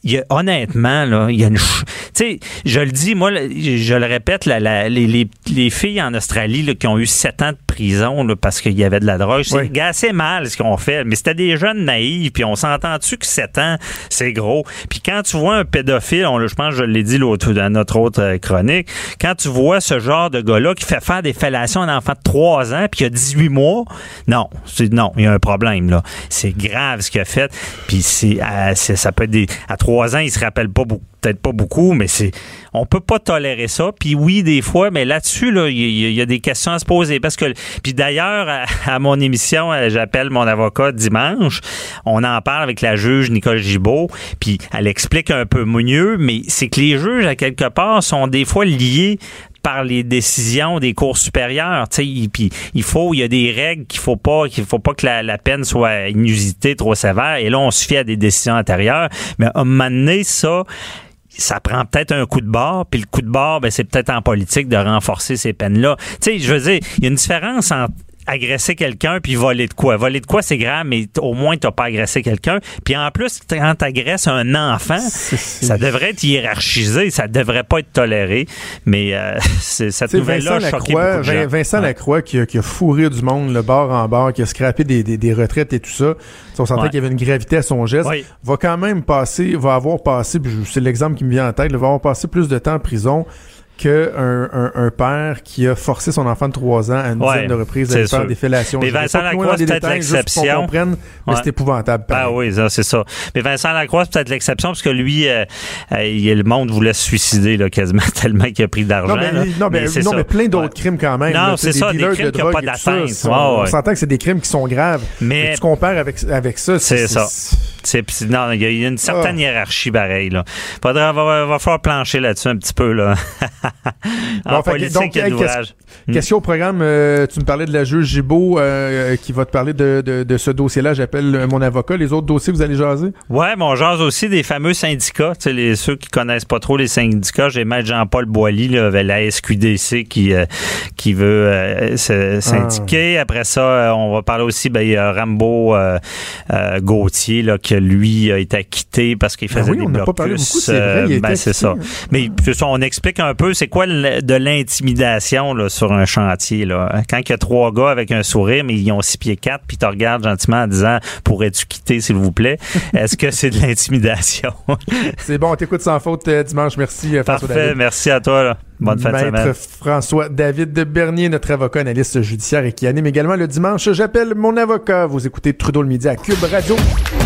il y a, honnêtement, là, il y a une... Ch- tu sais, je le dis, moi, je le répète, la, la, les, les, les filles en Australie là, qui ont eu sept ans de prison là, parce qu'il y avait de la drogue, c'est oui. assez mal ce qu'on fait, mais c'était des jeunes naïfs, puis on s'entend-tu que sept ans, c'est gros? Puis quand tu vois un pédophile, on, je pense que je l'ai dit l'autre, dans notre autre chronique, quand tu vois ce genre de gars-là qui fait faire des fellations à un enfant de trois ans, puis il y a dix-huit mois, non, c'est, non, il y a un problème, là. C'est grave ce qu'il a fait, puis c'est, euh, c'est, ça peut être des... À trois ans, il se rappelle pas beaucoup. Peut-être pas beaucoup, mais c'est on peut pas tolérer ça. Puis oui, des fois, mais là-dessus, là, il y, y a des questions à se poser. Parce que, puis d'ailleurs, à, à mon émission, j'appelle mon avocat dimanche, on en parle avec la juge Nicole Gibault, puis elle explique un peu mieux, mais c'est que les juges, à quelque part, sont des fois liés par les décisions des cours supérieures, tu sais, puis il faut, il y a des règles qu'il faut pas, qu'il faut pas que la, la peine soit inusitée, trop sévère, et là, on se fie à des décisions antérieures, mais à un moment donné, ça, ça prend peut-être un coup de barre, puis le coup de barre, ben, c'est peut-être en politique de renforcer ces peines-là. Tu sais, je veux dire, il y a une différence entre agresser quelqu'un puis voler de quoi. Voler de quoi, c'est grave, mais au moins, t'as pas agressé quelqu'un. Puis en plus, quand t'agresses un enfant, c'est, c'est... ça devrait être hiérarchisé, ça devrait pas être toléré. Mais euh, c'est, cette T'sais, nouvelle-là a choqué beaucoup de gens. Vincent ouais. Lacroix, qui a, qui a fourré du monde, le bord en bord, qui a scrappé des, des, des retraites et tout ça. On sentait ouais. qu'il y avait une gravité à son geste. Oui. Va quand même passer, va avoir passé, c'est l'exemple qui me vient en tête, là, va avoir passé plus de temps en prison qu'un un, un père qui a forcé son enfant de trois ans à une ouais, dizaine de reprises à faire des fellations. Mais Vincent Lacroix, c'est peut-être l'exception. Juste pour qu'on comprenne, mais ouais. c'est épouvantable. Ah oui, ça, c'est ça. Mais Vincent Lacroix, c'est peut-être l'exception parce que lui, euh, euh, le monde voulait se suicider là, quasiment tellement qu'il a pris d'argent. Non, mais, là. non, mais, mais, non, mais plein d'autres ouais. crimes quand même. Non, là, c'est des ça, des crimes qui n'ont pas d'atteinte. Ça, on, ouais. on s'entend que c'est des crimes qui sont graves. Mais, mais tu compares avec, avec ça. C'est, c'est ça. C'est, c'est, non, il y a une certaine oh. hiérarchie pareil. Là. Faudra, va, va falloir plancher là-dessus un petit peu. Là. En bon, politique, donc, il y a d'ouvrage. Question hmm. au programme, euh, tu me parlais de la juge Gibault euh, qui va te parler de, de, de ce dossier-là. J'appelle mon avocat. Les autres dossiers, vous allez jaser? Oui, mais on jase aussi des fameux syndicats. Tu sais, les, ceux qui connaissent pas trop les syndicats, j'ai maître Jean-Paul Boilly, là, avec la S Q D C qui, euh, qui veut euh, se syndiquer. Ah. Après ça, euh, on va parler aussi, ben, il y a Rambo euh, euh, Gauthier, là, qui lui a été acquitté parce qu'il faisait ben oui, des on blocs pas parlé plus. Beaucoup, c'est vrai, il a ben, été c'est acquitté, ça. Hein. Mais puis, ça, on explique un peu c'est quoi le, de l'intimidation là, sur un chantier. Là. Quand il y a trois gars avec un sourire, mais ils ont six pieds quatre, puis tu regardes gentiment en disant « Pourrais-tu quitter, s'il vous plaît? » Est-ce que c'est de l'intimidation? C'est bon, on t'écoute sans faute euh, dimanche. Merci, euh, François Parfait, David. merci à toi. Là. Bonne fin de semaine. Maître François David de Bernier, notre avocat analyste judiciaire et qui anime également le dimanche. J'appelle mon avocat. Vous écoutez Trudeau le midi à Cube Radio.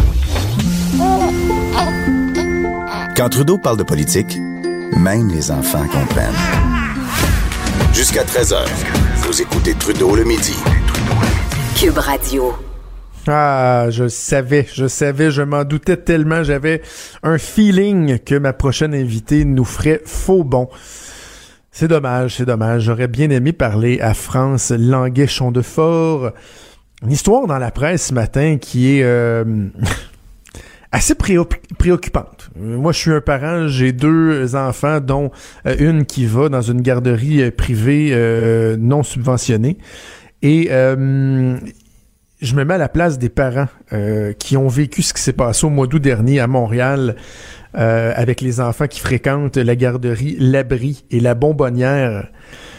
Quand Trudeau parle de politique, même les enfants comprennent. Jusqu'à treize heures, vous écoutez Trudeau le midi. Cube Radio. Ah, je savais, je savais, je m'en doutais tellement. J'avais un feeling que ma prochaine invitée nous ferait faux bon. C'est dommage, c'est dommage. J'aurais bien aimé parler à France Languet-Chondefort. Une histoire dans la presse ce matin qui est euh, assez préoc- préoccupante. Moi, je suis un parent, j'ai deux enfants, dont euh, une qui va dans une garderie euh, privée euh, non subventionnée. Et euh, je me mets à la place des parents euh, qui ont vécu ce qui s'est passé au mois d'août dernier à Montréal euh, avec les enfants qui fréquentent la garderie L'Abri et la Bonbonnière.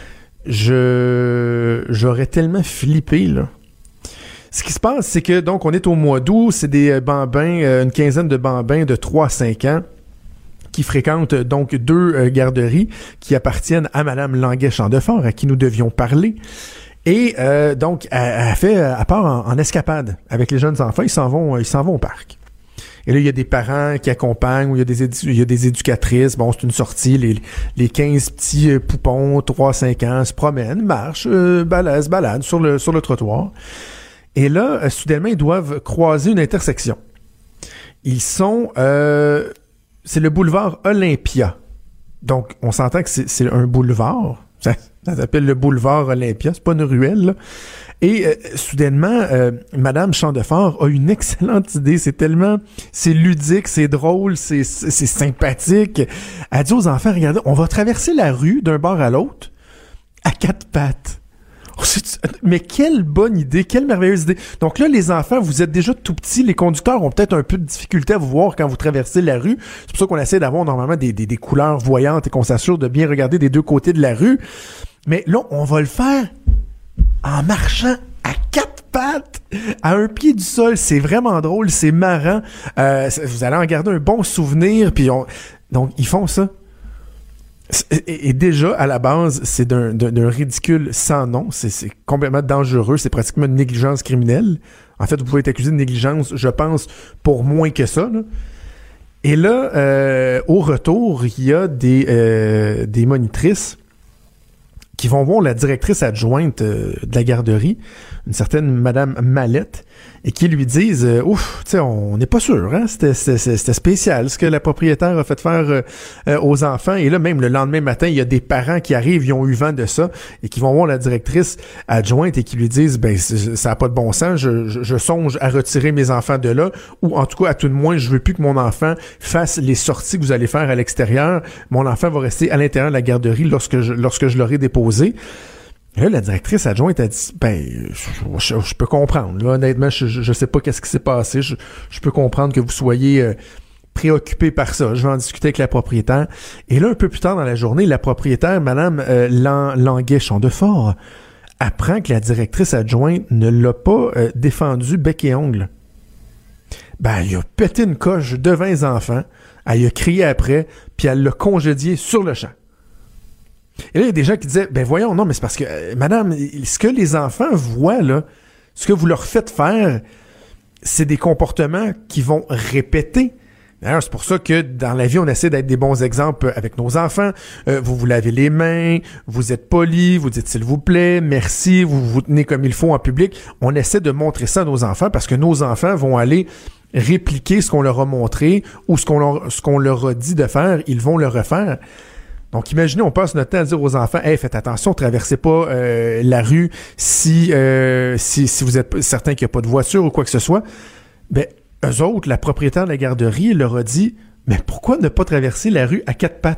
Je j'aurais tellement flippé, là. Ce qui se passe, c'est que, donc, on est au mois d'août, c'est des bambins, euh, une quinzaine de bambins de trois à cinq ans qui fréquentent donc deux euh, garderies qui appartiennent à Mme Languet-Chondefort, à qui nous devions parler. Et euh, donc, elle, elle fait, elle part en, en escapade avec les jeunes enfants. Ils s'en vont, ils s'en vont au parc. Et là, il y a des parents qui accompagnent, ou il y a des, édu- il y a des éducatrices. Bon, c'est une sortie. Les, les quinze petits euh, poupons, trois à cinq ans, se promènent, marchent, euh, baladent, se baladent sur le, sur le trottoir. Et là, euh, soudainement, ils doivent croiser une intersection. Ils sont... Euh, c'est le boulevard Olympia. Donc, on s'entend que c'est, c'est un boulevard. Ça, ça s'appelle le boulevard Olympia. C'est pas une ruelle, là. Et euh, soudainement, euh, Madame Chondefort a une excellente idée. C'est tellement... C'est ludique, c'est drôle, c'est, c'est, c'est sympathique. Elle dit aux enfants, regardez, on va traverser la rue d'un bord à l'autre à quatre pattes. Mais quelle bonne idée, quelle merveilleuse idée. Donc là, les enfants, vous êtes déjà tout petits, les conducteurs ont peut-être un peu de difficulté à vous voir quand vous traversez la rue. C'est pour ça qu'on essaie d'avoir normalement des, des, des couleurs voyantes et qu'on s'assure de bien regarder des deux côtés de la rue. Mais là, on va le faire en marchant à quatre pattes, à un pied du sol. C'est vraiment drôle, c'est marrant. Euh, vous allez en garder un bon souvenir. Puis on... Donc, ils font ça. Et, et déjà, à la base, c'est d'un, d'un, d'un ridicule sans nom. C'est, c'est complètement dangereux. C'est pratiquement une négligence criminelle. En fait, vous pouvez être accusé de négligence, je pense, pour moins que ça, là. Et là, euh, au retour, il y a des, euh, des monitrices qui vont voir la directrice adjointe euh, de la garderie, une certaine Madame Mallette, et qui lui disent euh, « Ouf, tu sais, on n'est pas sûr, hein? C'était, c'était, c'était spécial ce que la propriétaire a fait faire euh, euh, aux enfants. » Et là, même le lendemain matin, il y a des parents qui arrivent, ils ont eu vent de ça, et qui vont voir la directrice adjointe et qui lui disent « Ben, ça n'a pas de bon sens, je, je, je songe à retirer mes enfants de là, ou en tout cas, à tout de moins, je veux plus que mon enfant fasse les sorties que vous allez faire à l'extérieur. Mon enfant va rester à l'intérieur de la garderie lorsque je, lorsque je l'aurai déposé. » Et là, la directrice adjointe a dit, ben, je, je, je peux comprendre. Là, honnêtement, je, je, je sais pas qu'est-ce qui s'est passé. Je, je peux comprendre que vous soyez euh, préoccupé par ça. Je vais en discuter avec la propriétaire. Et là, un peu plus tard dans la journée, la propriétaire, Madame euh, Lan, Languet-Chandefort, apprend que la directrice adjointe ne l'a pas euh, défendu bec et ongle. Ben, il a pété une coche devant les enfants. Elle a crié après, puis elle l'a congédié sur le champ. Et là, il y a des gens qui disaient, ben voyons, non, mais c'est parce que, euh, madame, ce que les enfants voient, là, ce que vous leur faites faire, c'est des comportements qui vont répéter. D'ailleurs, c'est pour ça que dans la vie, on essaie d'être des bons exemples avec nos enfants. Euh, vous vous lavez les mains, vous êtes poli, vous dites s'il vous plaît, merci, vous vous tenez comme il faut en public. On essaie de montrer ça à nos enfants parce que nos enfants vont aller répliquer ce qu'on leur a montré ou ce qu'on leur, ce qu'on leur a dit de faire, ils vont le refaire. Donc, imaginez, on passe notre temps à dire aux enfants, « Hey, faites attention, traversez pas euh, la rue si, euh, si si vous êtes certain qu'il n'y a pas de voiture ou quoi que ce soit. » Ben, eux autres, la propriétaire de la garderie leur a dit, « Mais pourquoi ne pas traverser la rue à quatre pattes? »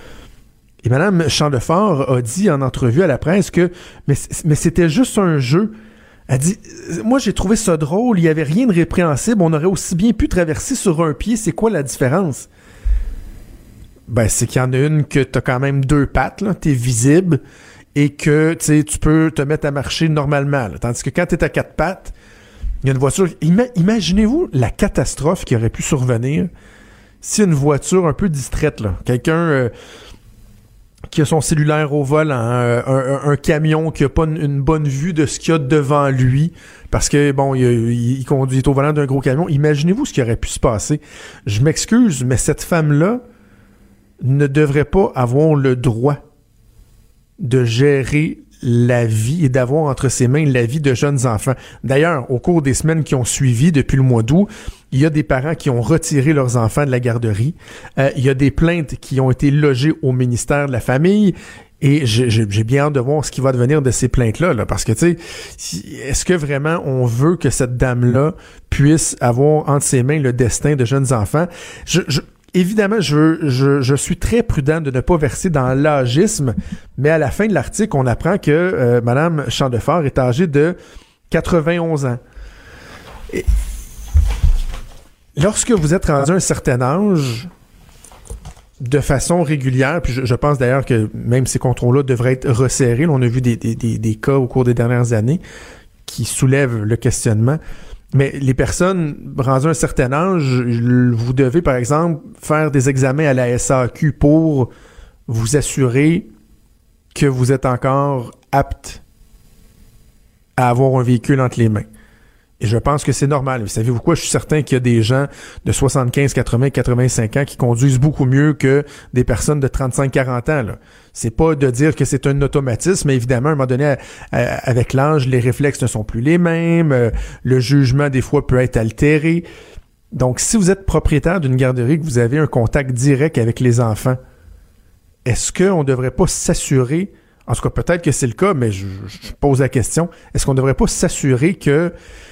Et Mme Chandefort a dit en entrevue à la presse que « Mais, mais c'était juste un jeu. » Elle dit, « Moi, j'ai trouvé ça drôle, il n'y avait rien de répréhensible, on aurait aussi bien pu traverser sur un pied, c'est quoi la différence? » Ben, c'est qu'il y en a une que t'as quand même deux pattes, là, t'es visible, et que, tu sais, tu peux te mettre à marcher normalement, là. Tandis que quand t'es à quatre pattes, il y a une voiture... Ima- imaginez-vous la catastrophe qui aurait pu survenir si une voiture un peu distraite, là, quelqu'un euh, qui a son cellulaire au volant, un, un, un camion qui a pas une, une bonne vue de ce qu'il y a devant lui, parce que, bon, il, il, il conduit il est au volant d'un gros camion. Imaginez-vous ce qui aurait pu se passer. Je m'excuse, mais cette femme-là ne devrait pas avoir le droit de gérer la vie et d'avoir entre ses mains la vie de jeunes enfants. D'ailleurs, au cours des semaines qui ont suivi, depuis le mois d'août, il y a des parents qui ont retiré leurs enfants de la garderie. Euh, il y a des plaintes qui ont été logées au ministère de la Famille. Et j'ai, j'ai bien hâte de voir ce qui va devenir de ces plaintes-là, là, parce que, tu sais, est-ce que vraiment on veut que cette dame-là puisse avoir entre ses mains le destin de jeunes enfants? Je... je Évidemment, je, je, je suis très prudent de ne pas verser dans l'âgisme, mais à la fin de l'article, on apprend que euh, Mme Chandefort est âgée de quatre-vingt-onze ans. Et lorsque vous êtes rendu à un certain âge, de façon régulière, puis je, je pense d'ailleurs que même ces contrôles-là devraient être resserrés, là, on a vu des, des, des, des cas au cours des dernières années qui soulèvent le questionnement. Mais les personnes rendues à un certain âge, vous devez, par exemple, faire des examens à la S A Q pour vous assurer que vous êtes encore apte à avoir un véhicule entre les mains. Et je pense que c'est normal. Vous savez-vous quoi? Je suis certain qu'il y a des gens de soixante-quinze, quatre-vingts, quatre-vingt-cinq ans qui conduisent beaucoup mieux que des personnes de trente-cinq, quarante ans, là. C'est pas de dire que c'est un automatisme, mais évidemment, à un moment donné, à, à, avec l'âge, les réflexes ne sont plus les mêmes, euh, le jugement, des fois, peut être altéré. Donc, si vous êtes propriétaire d'une garderie, que vous avez un contact direct avec les enfants, est-ce qu'on ne devrait pas s'assurer, en tout cas, peut-être que c'est le cas, mais je, je pose la question, est-ce qu'on ne devrait pas s'assurer que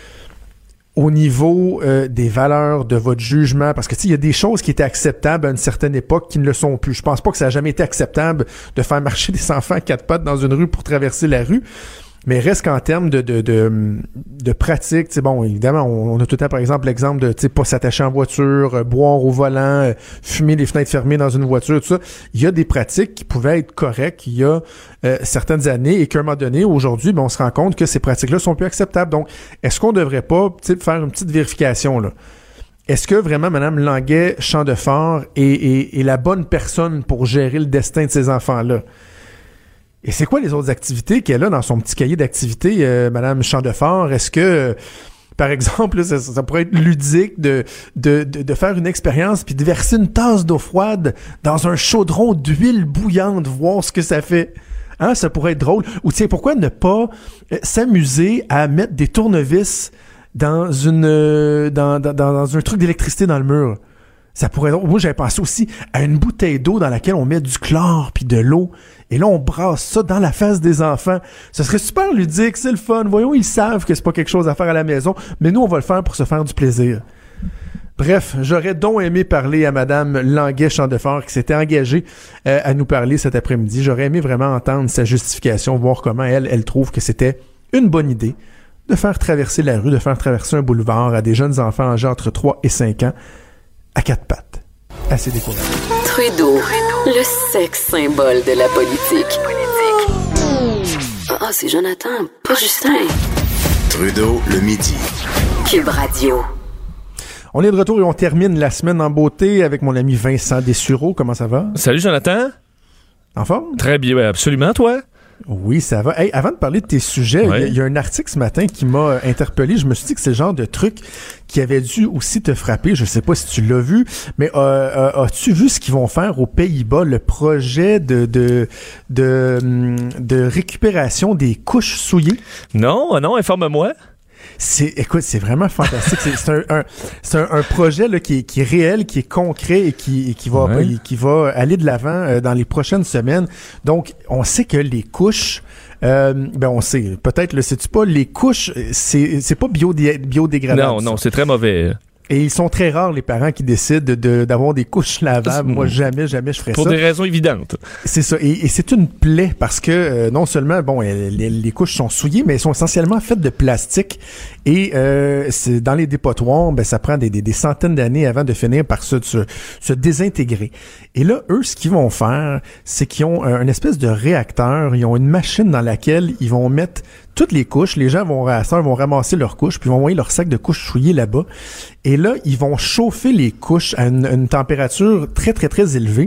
au niveau euh, des valeurs de votre jugement, parce que tu sais, il y a des choses qui étaient acceptables à une certaine époque qui ne le sont plus. Je pense pas que ça a jamais été acceptable de faire marcher des enfants à quatre pattes dans une rue pour traverser la rue. Mais reste qu'en termes de, de, de, de pratique, tu sais, bon, évidemment, on, on a tout le temps, par exemple, l'exemple de, tu sais, pas s'attacher en voiture, euh, boire au volant, euh, fumer les fenêtres fermées dans une voiture, tout ça. Il y a des pratiques qui pouvaient être correctes il y a euh, certaines années et qu'à un moment donné, aujourd'hui, ben, on se rend compte que ces pratiques-là sont plus acceptables. Donc, est-ce qu'on devrait pas, tu sais, faire une petite vérification, là? Est-ce que vraiment Mme Languet-Chandefort est, est, est la bonne personne pour gérer le destin de ces enfants-là? Et c'est quoi les autres activités qu'elle a dans son petit cahier d'activités, euh, Mme Chandefort? Est-ce que, euh, par exemple, là, ça, ça pourrait être ludique de, de, de, de faire une expérience puis de verser une tasse d'eau froide dans un chaudron d'huile bouillante, voir ce que ça fait? Hein, ça pourrait être drôle. Ou tiens, pourquoi ne pas euh, s'amuser à mettre des tournevis dans une euh, dans, dans, dans un truc d'électricité dans le mur? Ça pourrait être... Moi, j'avais pensé aussi à une bouteille d'eau dans laquelle on met du chlore puis de l'eau. Et là, on brasse ça dans la face des enfants. Ce serait super ludique, c'est le fun. Voyons, ils savent que c'est pas quelque chose à faire à la maison, mais nous, on va le faire pour se faire du plaisir. Bref, j'aurais donc aimé parler à Mme Languet-Chandefort qui s'était engagée euh, à nous parler cet après-midi. J'aurais aimé vraiment entendre sa justification, voir comment elle, elle trouve que c'était une bonne idée de faire traverser la rue, de faire traverser un boulevard à des jeunes enfants âgés entre trois et cinq ans à quatre pattes. Assez décourageant. Trudeau, le sexe symbole de la politique. Ah, oh, c'est Jonathan, pas Justin. Trudeau, le midi. Cube Radio. On est de retour et on termine la semaine en beauté avec mon ami Vincent Dessureau. Comment ça va? Salut Jonathan. En forme? Très bien, absolument, toi? Oui, ça va. Hey, avant de parler de tes sujets, il ouais. y, y a un article ce matin qui m'a interpellé. Je me suis dit que c'est le genre de truc qui avait dû aussi te frapper. Je sais pas si tu l'as vu, mais euh, euh, as-tu vu ce qu'ils vont faire aux Pays-Bas, le projet de de de, de récupération des couches souillées? Non, non, informe-moi. C'est, écoute, c'est vraiment fantastique. C'est, c'est, un, un, c'est un, un projet là, qui, est, qui est réel, qui est concret et qui, et qui, va, ouais. qui va aller de l'avant euh, dans les prochaines semaines. Donc, on sait que les couches, euh, ben on sait, peut-être le sais-tu pas, les couches, c'est, c'est pas biodé- biodégradable. Non, non, c'est très mauvais. Et ils sont très rares, les parents qui décident de, de, d'avoir des couches lavables. Moi, jamais, jamais je ferais Pour ça. Pour des raisons évidentes. C'est ça. Et, et c'est une plaie parce que euh, non seulement, bon, les, les couches sont souillées, mais elles sont essentiellement faites de plastique. Et euh, c'est dans les dépotoirs, ben ça prend des, des, des centaines d'années avant de finir par se, se, se désintégrer. Et là, eux, ce qu'ils vont faire, c'est qu'ils ont un, une espèce de réacteur. Ils ont une machine dans laquelle ils vont mettre toutes les couches. Les gens vont, vont ramasser leurs couches, puis vont envoyer leur sac de couches souillées là-bas. Et là, ils vont chauffer les couches à une, une température très, très, très élevée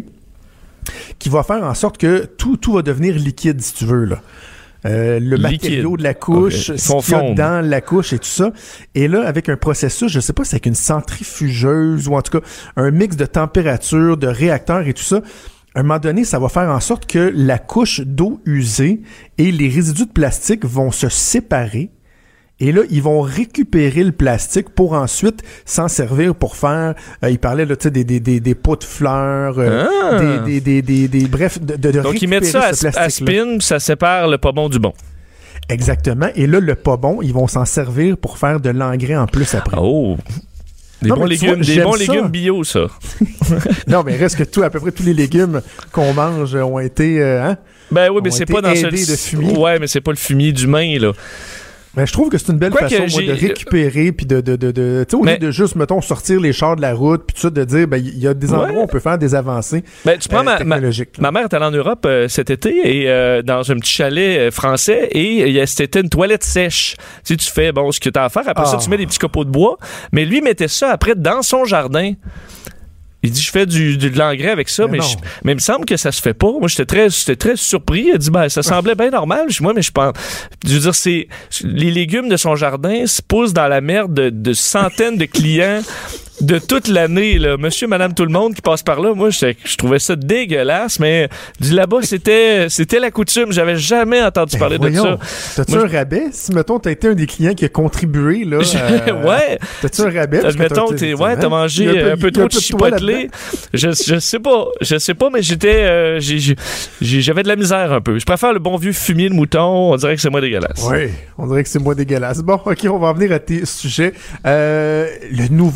qui va faire en sorte que tout, tout va devenir liquide, si tu veux, là. Euh, le liquide. Matériau de la couche, okay. Ce qu'il y a dans la couche et tout ça. Et là, avec un processus, je sais pas si c'est avec une centrifugeuse ou en tout cas un mix de température, de réacteurs et tout ça, à un moment donné, ça va faire en sorte que la couche d'eau usée et les résidus de plastique vont se séparer. Et là, ils vont récupérer le plastique pour ensuite s'en servir pour faire... Euh, il parlait là, tu sais, des, des, des, des pots de fleurs, euh, ah. des, des, des, des, des... Bref, de, de, de Donc, ils mettent ça à, à spin, ça sépare le pas bon du bon. Exactement. Et là, le pas bon, ils vont s'en servir pour faire de l'engrais en plus après. Oh! Des non, bons légumes, vois, des bons légumes bio, ça. Non, mais reste que tout, à peu près tous les légumes qu'on mange ont été... Euh, hein, ben oui, mais c'est pas dans ce... de fumier. Ouais, mais c'est pas le fumier d'humain, là. Ben, je trouve que c'est une belle Quoi façon moi, de récupérer puis de de de, de tu sais au mais... lieu de juste mettons sortir les chars de la route puis tout ça de dire ben il y a des endroits ouais. où on peut faire des avancées ben, tu prends euh, ma, ma, ma mère est allée en Europe euh, cet été et euh, dans un petit chalet euh, français et il c'était une toilette sèche. Tu sais tu fais bon ce que tu as à faire après ah. ça tu mets des petits copeaux de bois mais lui mettait ça après dans son jardin. Il dit, je fais du, du, de l'engrais avec ça, mais, mais, je, mais il me semble que ça se fait pas. Moi, j'étais très, j'étais très surpris. Il dit, ben, ça semblait bien normal. Je dis, moi, mais je pense, je veux dire, c'est, les légumes de son jardin se poussent dans la merde de, de centaines de clients de toute l'année, là. Monsieur, madame, tout le monde qui passe par là. Moi, je, je trouvais ça dégueulasse, mais du là-bas, c'était, c'était la coutume. J'avais jamais entendu ben parler voyons. de ça. T'as-tu moi, un rabais? Si, mettons, t'as été un des clients qui a contribué, là. Euh, ouais. T'as-tu un rabais? Mettons, t'es, ouais, t'as mangé un peu, un peu trop de chipotelé. Je, je sais pas. Je sais pas, mais j'étais, euh, j'ai, j'ai, j'avais de la misère un peu. Je préfère le bon vieux fumier de mouton. On dirait que c'est moins dégueulasse. Oui, on dirait que c'est moins dégueulasse. Bon, OK, on va en venir à tes sujets. Euh, le nouveau concours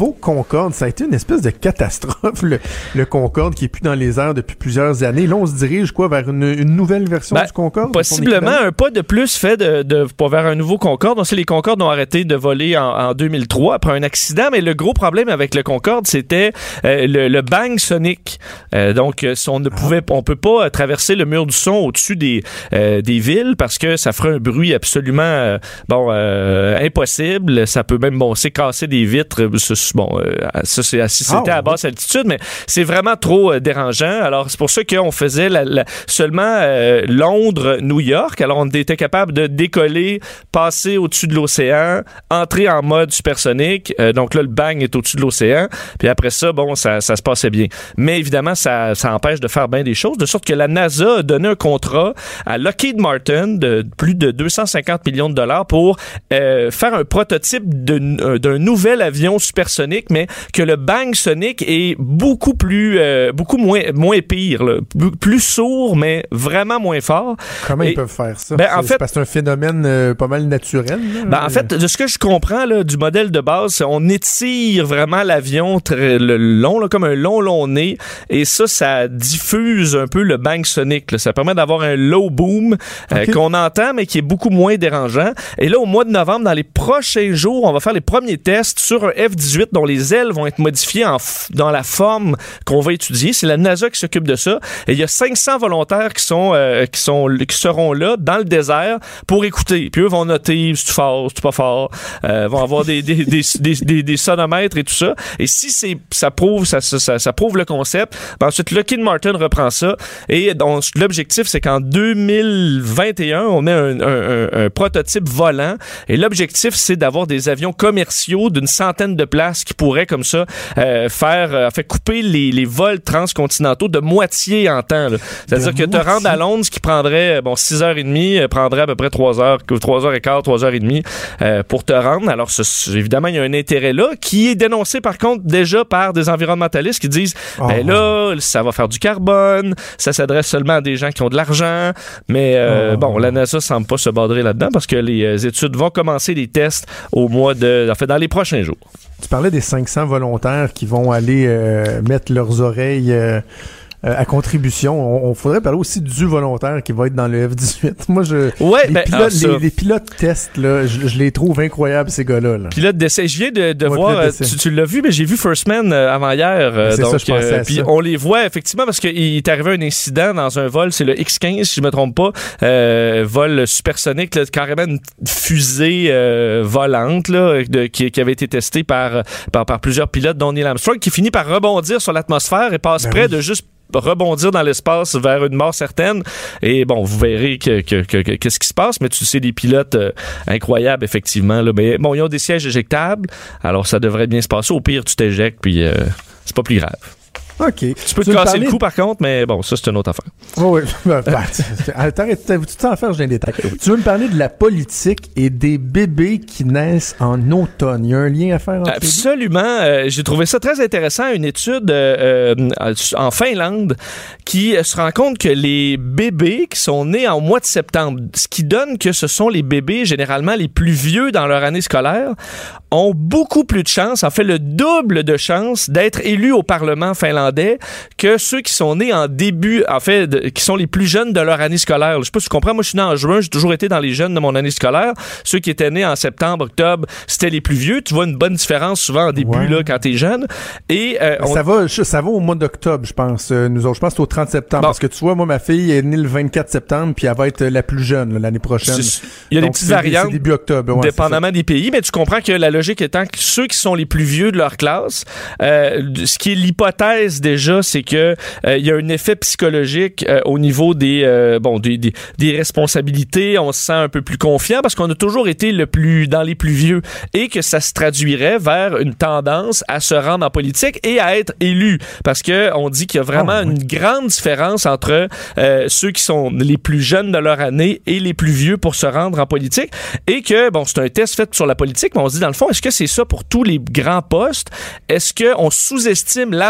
Concorde, ça a été une espèce de catastrophe, le, le Concorde qui est plus dans les airs depuis plusieurs années. Là, on se dirige quoi vers une, une nouvelle version ben, du Concorde? Possiblement un pas de plus fait de, de, pour vers un nouveau Concorde. On sait les Concordes ont arrêté de voler en, en deux mille trois après un accident, mais le gros problème avec le Concorde, c'était euh, le, le bang sonique. Euh, donc, on ne pouvait, on peut pas traverser le mur du son au-dessus des, euh, des villes parce que ça ferait un bruit absolument euh, bon euh, impossible. Ça peut même bon, c'est casser des vitres. Bon, euh, ça c'est si c'était oh, à basse altitude, mais c'est vraiment trop euh, dérangeant. Alors c'est pour ça qu'on faisait la, la, seulement euh, Londres-New York. Alors on était capable de décoller, passer au-dessus de l'océan, entrer en mode supersonique. Euh, donc là le bang est au-dessus de l'océan. Puis après ça, bon, ça, ça se passait bien. Mais évidemment, ça, ça empêche de faire bien des choses, de sorte que la NASA a donné un contrat à Lockheed Martin de plus de deux cent cinquante millions de dollars pour euh, faire un prototype de, d'un nouvel avion supersonique, mais que le bang sonique est beaucoup plus, euh, beaucoup moins, moins pire, là. Plus sourd, mais vraiment moins fort. Comment Et, ils peuvent faire ça? Ben, en c'est, fait, c'est parce que c'est un phénomène euh, pas mal naturel. Là. Ben, en fait, de ce que je comprends là, du modèle de base, on étire vraiment l'avion très le long, là, comme un long, long nez. Et ça, ça diffuse un peu le bang sonique. Là. Ça permet d'avoir un low boom euh, okay. qu'on entend, mais qui est beaucoup moins dérangeant. Et là, au mois de novembre, dans les prochains jours, on va faire les premiers tests sur un F dix-huit dont les ailes vont être modifiées en f- dans la forme qu'on va étudier. C'est la NASA qui s'occupe de ça. Et il y a cinq cents volontaires qui sont, euh, qui sont, qui seront là, dans le désert, pour écouter. Puis eux vont noter si tu fort, si tu pas fort. Euh, vont avoir des, des, des, des, des, des sonomètres et tout ça. Et si c'est, ça prouve, ça, ça, ça prouve le concept, ben ensuite Lockheed Martin reprend ça. Et donc, l'objectif, c'est qu'en deux mille vingt et un, on ait un, un, un, un prototype volant. Et l'objectif, c'est d'avoir des avions commerciaux d'une centaine de places qui pourraient, comme ça, euh, faire, euh, faire couper les, les vols transcontinentaux de moitié en temps. Là. C'est-à-dire de que te rendre à Londres, ce qui prendrait bon six heures trente, prendrait à peu près trois heures, trois heures quinze, trois heures trente euh, pour te rendre. Alors, ce, évidemment, il y a un intérêt là qui est dénoncé, par contre, déjà par des environnementalistes qui disent oh. ben là, ça va faire du carbone, ça s'adresse seulement à des gens qui ont de l'argent, mais euh, oh. bon, la NASA semble pas se badrer là-dedans parce que les euh, études vont commencer les tests au mois de, en fait, dans les prochains jours. Tu parlais des cinq cents volontaires qui vont aller euh, mettre leurs oreilles euh, euh, à contribution. On, on faudrait parler aussi du volontaire qui va être dans le F dix-huit. Moi, je ouais, les, ben, pilotes, alors, les, les pilotes tests, là, je, je les trouve incroyables, ces gars-là. Là. Pilote d'essai. Je viens de, de ouais, voir, euh, tu, tu l'as vu, mais j'ai vu First Man euh, avant hier. Euh, c'est donc, ça, je pensais euh, à puis ça. on les voit effectivement parce qu'il est arrivé un incident dans un vol, c'est le X quinze, si je me trompe pas, euh, vol supersonique, là, carrément une fusée euh, volante là, de, qui, qui avait été testée par, par, par plusieurs pilotes, dont Neil Armstrong, qui finit par rebondir sur l'atmosphère et passe ben près oui. de juste rebondir dans l'espace vers une mort certaine. Et bon, vous verrez que, que, que, que, qu'est-ce qui se passe, mais tu sais, des pilotes euh, incroyables, effectivement. Là. Mais bon, ils ont des sièges éjectables, alors ça devrait bien se passer. Au pire, tu t'éjectes, puis euh, c'est pas plus grave. OK. Tu peux tu te casser le cou, par contre, mais bon, ça, c'est une autre affaire. Oh oui, ben, t'arrêtes, tu t'en faire, j'ai un détail. Tu veux me parler de la politique et des bébés qui naissent en automne. Il y a un lien à faire entre Absolument. Euh, j'ai trouvé ça très intéressant, une étude euh, en Finlande qui se rend compte que les bébés qui sont nés en mois de septembre, ce qui donne que ce sont les bébés généralement les plus vieux dans leur année scolaire, ont beaucoup plus de chances, en fait le double de chances d'être élus au Parlement finlandais que ceux qui sont nés en début, en fait, de, qui sont les plus jeunes de leur année scolaire. Je sais pas si tu comprends, moi je suis né en juin, j'ai toujours été dans les jeunes de mon année scolaire. Ceux qui étaient nés en septembre, octobre, c'était les plus vieux. Tu vois une bonne différence souvent en début, ouais. là, quand t'es jeune. Et, euh, on... ça, va, ça va au mois d'octobre, je pense. Euh, nous autres, je pense que c'est au trente septembre. Bon. Parce que tu vois, moi, ma fille est née le vingt-quatre septembre, puis elle va être la plus jeune là, l'année prochaine. C'est, il y a Donc, des petites variantes c'est début octobre, ouais, dépendamment des pays, mais tu comprends que la logique étant que ceux qui sont les plus vieux de leur classe, euh, ce qui est l'hypothèse déjà, c'est que il euh, y a un effet psychologique euh, au niveau des euh, bon des, des des responsabilités, on se sent un peu plus confiant parce qu'on a toujours été le plus dans les plus vieux et que ça se traduirait vers une tendance à se rendre en politique et à être élu parce que on dit qu'il y a vraiment oh, oui. une grande différence entre euh, ceux qui sont les plus jeunes de leur année et les plus vieux pour se rendre en politique et que bon c'est un test fait sur la politique mais on se dit dans le fond est-ce que c'est ça pour tous les grands postes? Est-ce que on sous-estime l'avantage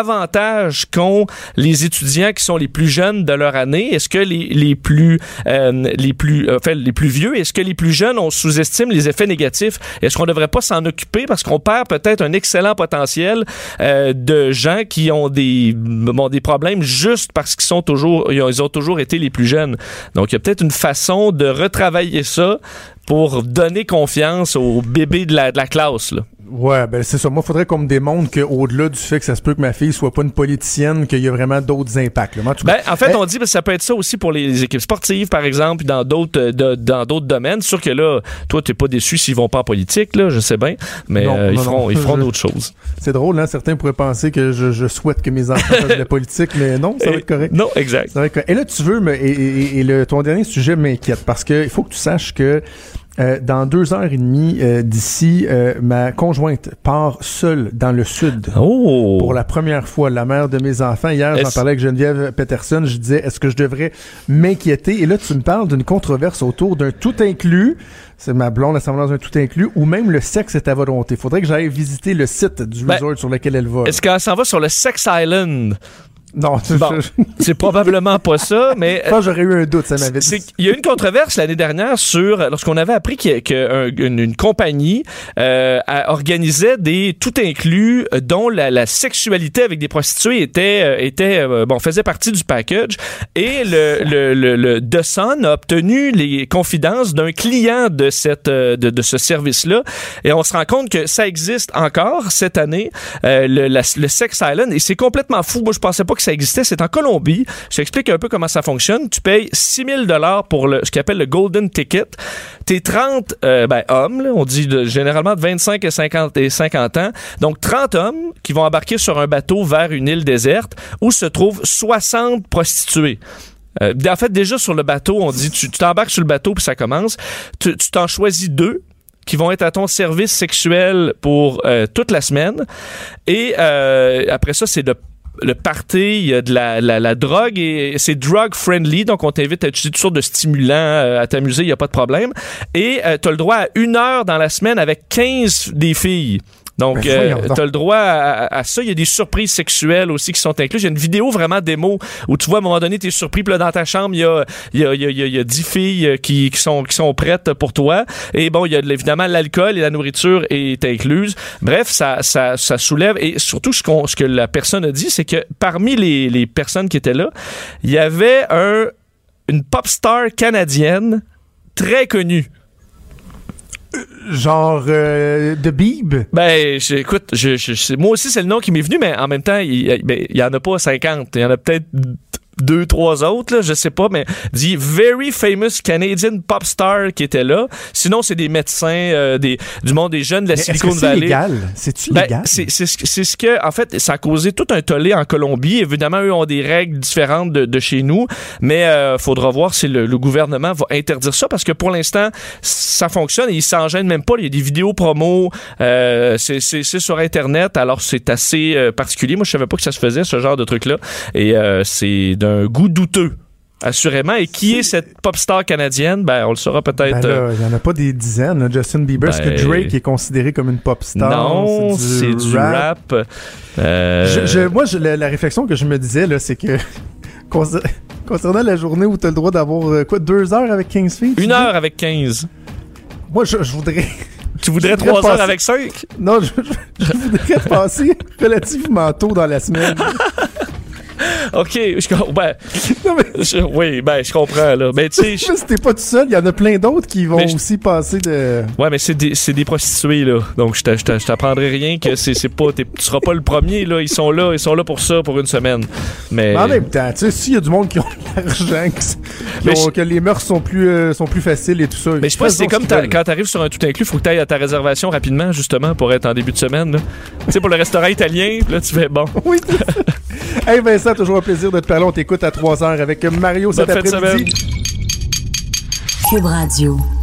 l'avantage qu'ont les étudiants qui sont les plus jeunes de leur année? Est-ce que les, les plus euh, les plus euh, enfin, les plus vieux, est-ce que les plus jeunes on sous-estime les effets négatifs? Est-ce qu'on ne devrait pas s'en occuper parce qu'on perd peut-être un excellent potentiel euh, de gens qui ont des bon, des problèmes juste parce qu'ils sont toujours ils ont toujours été les plus jeunes. Donc il y a peut-être une façon de retravailler ça pour donner confiance aux bébés de la, de la classe, là. Ouais, ben c'est ça. Moi, il faudrait qu'on me démontre qu'au-delà du fait que ça se peut que ma fille soit pas une politicienne, qu'il y a vraiment d'autres impacts. Là. Moi, en, ben, en fait, hey, on dit que ça peut être ça aussi pour les équipes sportives, par exemple, dans d'autres de, dans d'autres domaines. C'est sûr que là, toi, t'es pas déçu s'ils vont pas en politique, là, je sais bien, mais non, euh, non, ils feront, non, ils feront je, d'autres choses. C'est drôle, hein? Certains pourraient penser que je, je souhaite que mes enfants fassent de la politique, mais non, ça va être correct. Non, exact. Ça va être correct. Et là, tu veux, me, et, et, et le, ton dernier sujet m'inquiète parce que il faut que tu saches que Euh, dans deux heures et demie euh, d'ici, euh, ma conjointe part seule dans le sud oh. pour la première fois. La mère de mes enfants. Hier, est-ce... j'en parlais avec Geneviève Peterson. Je disais, est-ce que je devrais m'inquiéter? Et là, tu me parles d'une controverse autour d'un tout inclus. C'est ma blonde, elle s'en va dans un tout inclus, ou même le sexe est à volonté. Faudrait que j'aille visiter le site du ben, resort sur lequel elle va. Est-ce qu'elle s'en va sur le Sex Island? Non, bon, c'est probablement pas ça, mais... Je pense que j'aurais eu un doute, ça m'avait dit. Il y a eu une controverse l'année dernière sur... Lorsqu'on avait appris qu'une que une, une compagnie euh, organisait des tout inclus dont la, la sexualité avec des prostituées était... était euh, bon, faisait partie du package. Et le, le, le, le The Sun a obtenu les confidences d'un client de, cette, de, de ce service-là. Et on se rend compte que ça existe encore cette année, euh, le, la, le Sex Island. Et c'est complètement fou. Moi, je pensais pas que ça existait. C'est en Colombie. Je t'explique un peu comment ça fonctionne. Tu payes six mille dollars pour le, ce qu'on appelle le Golden Ticket. T'es trente euh, ben, hommes, là, on dit de, généralement de vingt-cinq à cinquante, et cinquante ans. Donc trente hommes qui vont embarquer sur un bateau vers une île déserte où se trouvent soixante prostituées. Euh, en fait, déjà sur le bateau, on dit tu, tu t'embarques sur le bateau puis ça commence. Tu, tu t'en choisis deux qui vont être à ton service sexuel pour euh, toute la semaine. Et euh, après ça, c'est de le party, il y a de la, la, la drogue et c'est drug friendly, donc on t'invite à utiliser toutes sortes de stimulants, euh, à t'amuser, il n'y a pas de problème. Et euh, tu as le droit à une heure dans la semaine avec quinze des filles. Donc, euh, t'as le droit à, à ça. Il y a des surprises sexuelles aussi qui sont incluses. Il y a une vidéo vraiment démo où tu vois, à un moment donné, t'es surpris, puis là, dans ta chambre, il y a, il y a, il y a, il y a dix filles qui, qui sont, qui sont prêtes pour toi. Et bon, il y a évidemment l'alcool et la nourriture est incluse. Bref, ça, ça, ça soulève. Et surtout, ce, qu'on, ce que la personne a dit, c'est que parmi les, les personnes qui étaient là, il y avait un, une pop star canadienne très connue. Genre euh, de Bieb? Ben, je, écoute, je, je, je, moi aussi, c'est le nom qui m'est venu, mais en même temps, il, ben, il y en a pas cinquante. Il y en a peut-être deux, trois autres, là, je sais pas, mais dit Very Famous Canadian Pop Star qui était là. Sinon, c'est des médecins, euh, des, du monde des jeunes de la mais Silicon est-ce que Valley. C'est légal? C'est-tu ben, légal? C'est, c'est, c'est ce que, en fait, ça a causé tout un tollé en Colombie. Évidemment, eux ont des règles différentes de, de chez nous, mais euh, faudra voir si le, le gouvernement va interdire ça parce que pour l'instant, ça fonctionne et ils s'en gênent même pas. Il y a des vidéos promos, euh, c'est, c'est, c'est sur Internet, alors c'est assez euh, particulier. Moi, je savais pas que ça se faisait, ce genre de truc-là. Et euh, c'est d'un goût douteux, assurément. Et qui est cette pop star canadienne? Ben, on le saura peut-être. Ben là, il n'y en a pas des dizaines. Justin Bieber, ben, est-ce que Drake est considéré comme une pop star? Non, c'est du, c'est du rap. rap. Euh... Je, je, moi, je, la, la réflexion que je me disais, là, c'est que concernant la journée où tu as le droit d'avoir, quoi, deux heures avec quinze filles? Une heure avec quinze. Moi, je, je voudrais... Tu voudrais trois heures avec cinq? Non, je, je, je voudrais passer relativement tôt dans la semaine. OK, je, ben, non, mais, je, oui, ben, je comprends, là. Mais tu sais. Si t'es pas tout seul, il y en a plein d'autres qui vont je, aussi passer de. Ouais, mais c'est des, c'est des prostituées, là. Donc, je, je, je t'apprendrai rien que c'est, c'est pas. Tu seras pas le premier, là. Ils sont là, ils sont là pour ça, pour une semaine. Mais. Mais en même temps, tu sais, s'il y a du monde qui ont de l'argent, qui, qui ont, je, que les mœurs sont plus, euh, sont plus faciles et tout ça. Mais je sais pas si c'est comme ta, quand t'arrives sur un tout inclus, faut que t'ailles à ta réservation rapidement, justement, pour être en début de semaine, là. Tu sais, pour le restaurant italien, là, tu fais bon. Oui, hey Vincent, toujours un plaisir de te parler. On t'écoute à trois heures avec Mario cet après-midi. Cube Radio.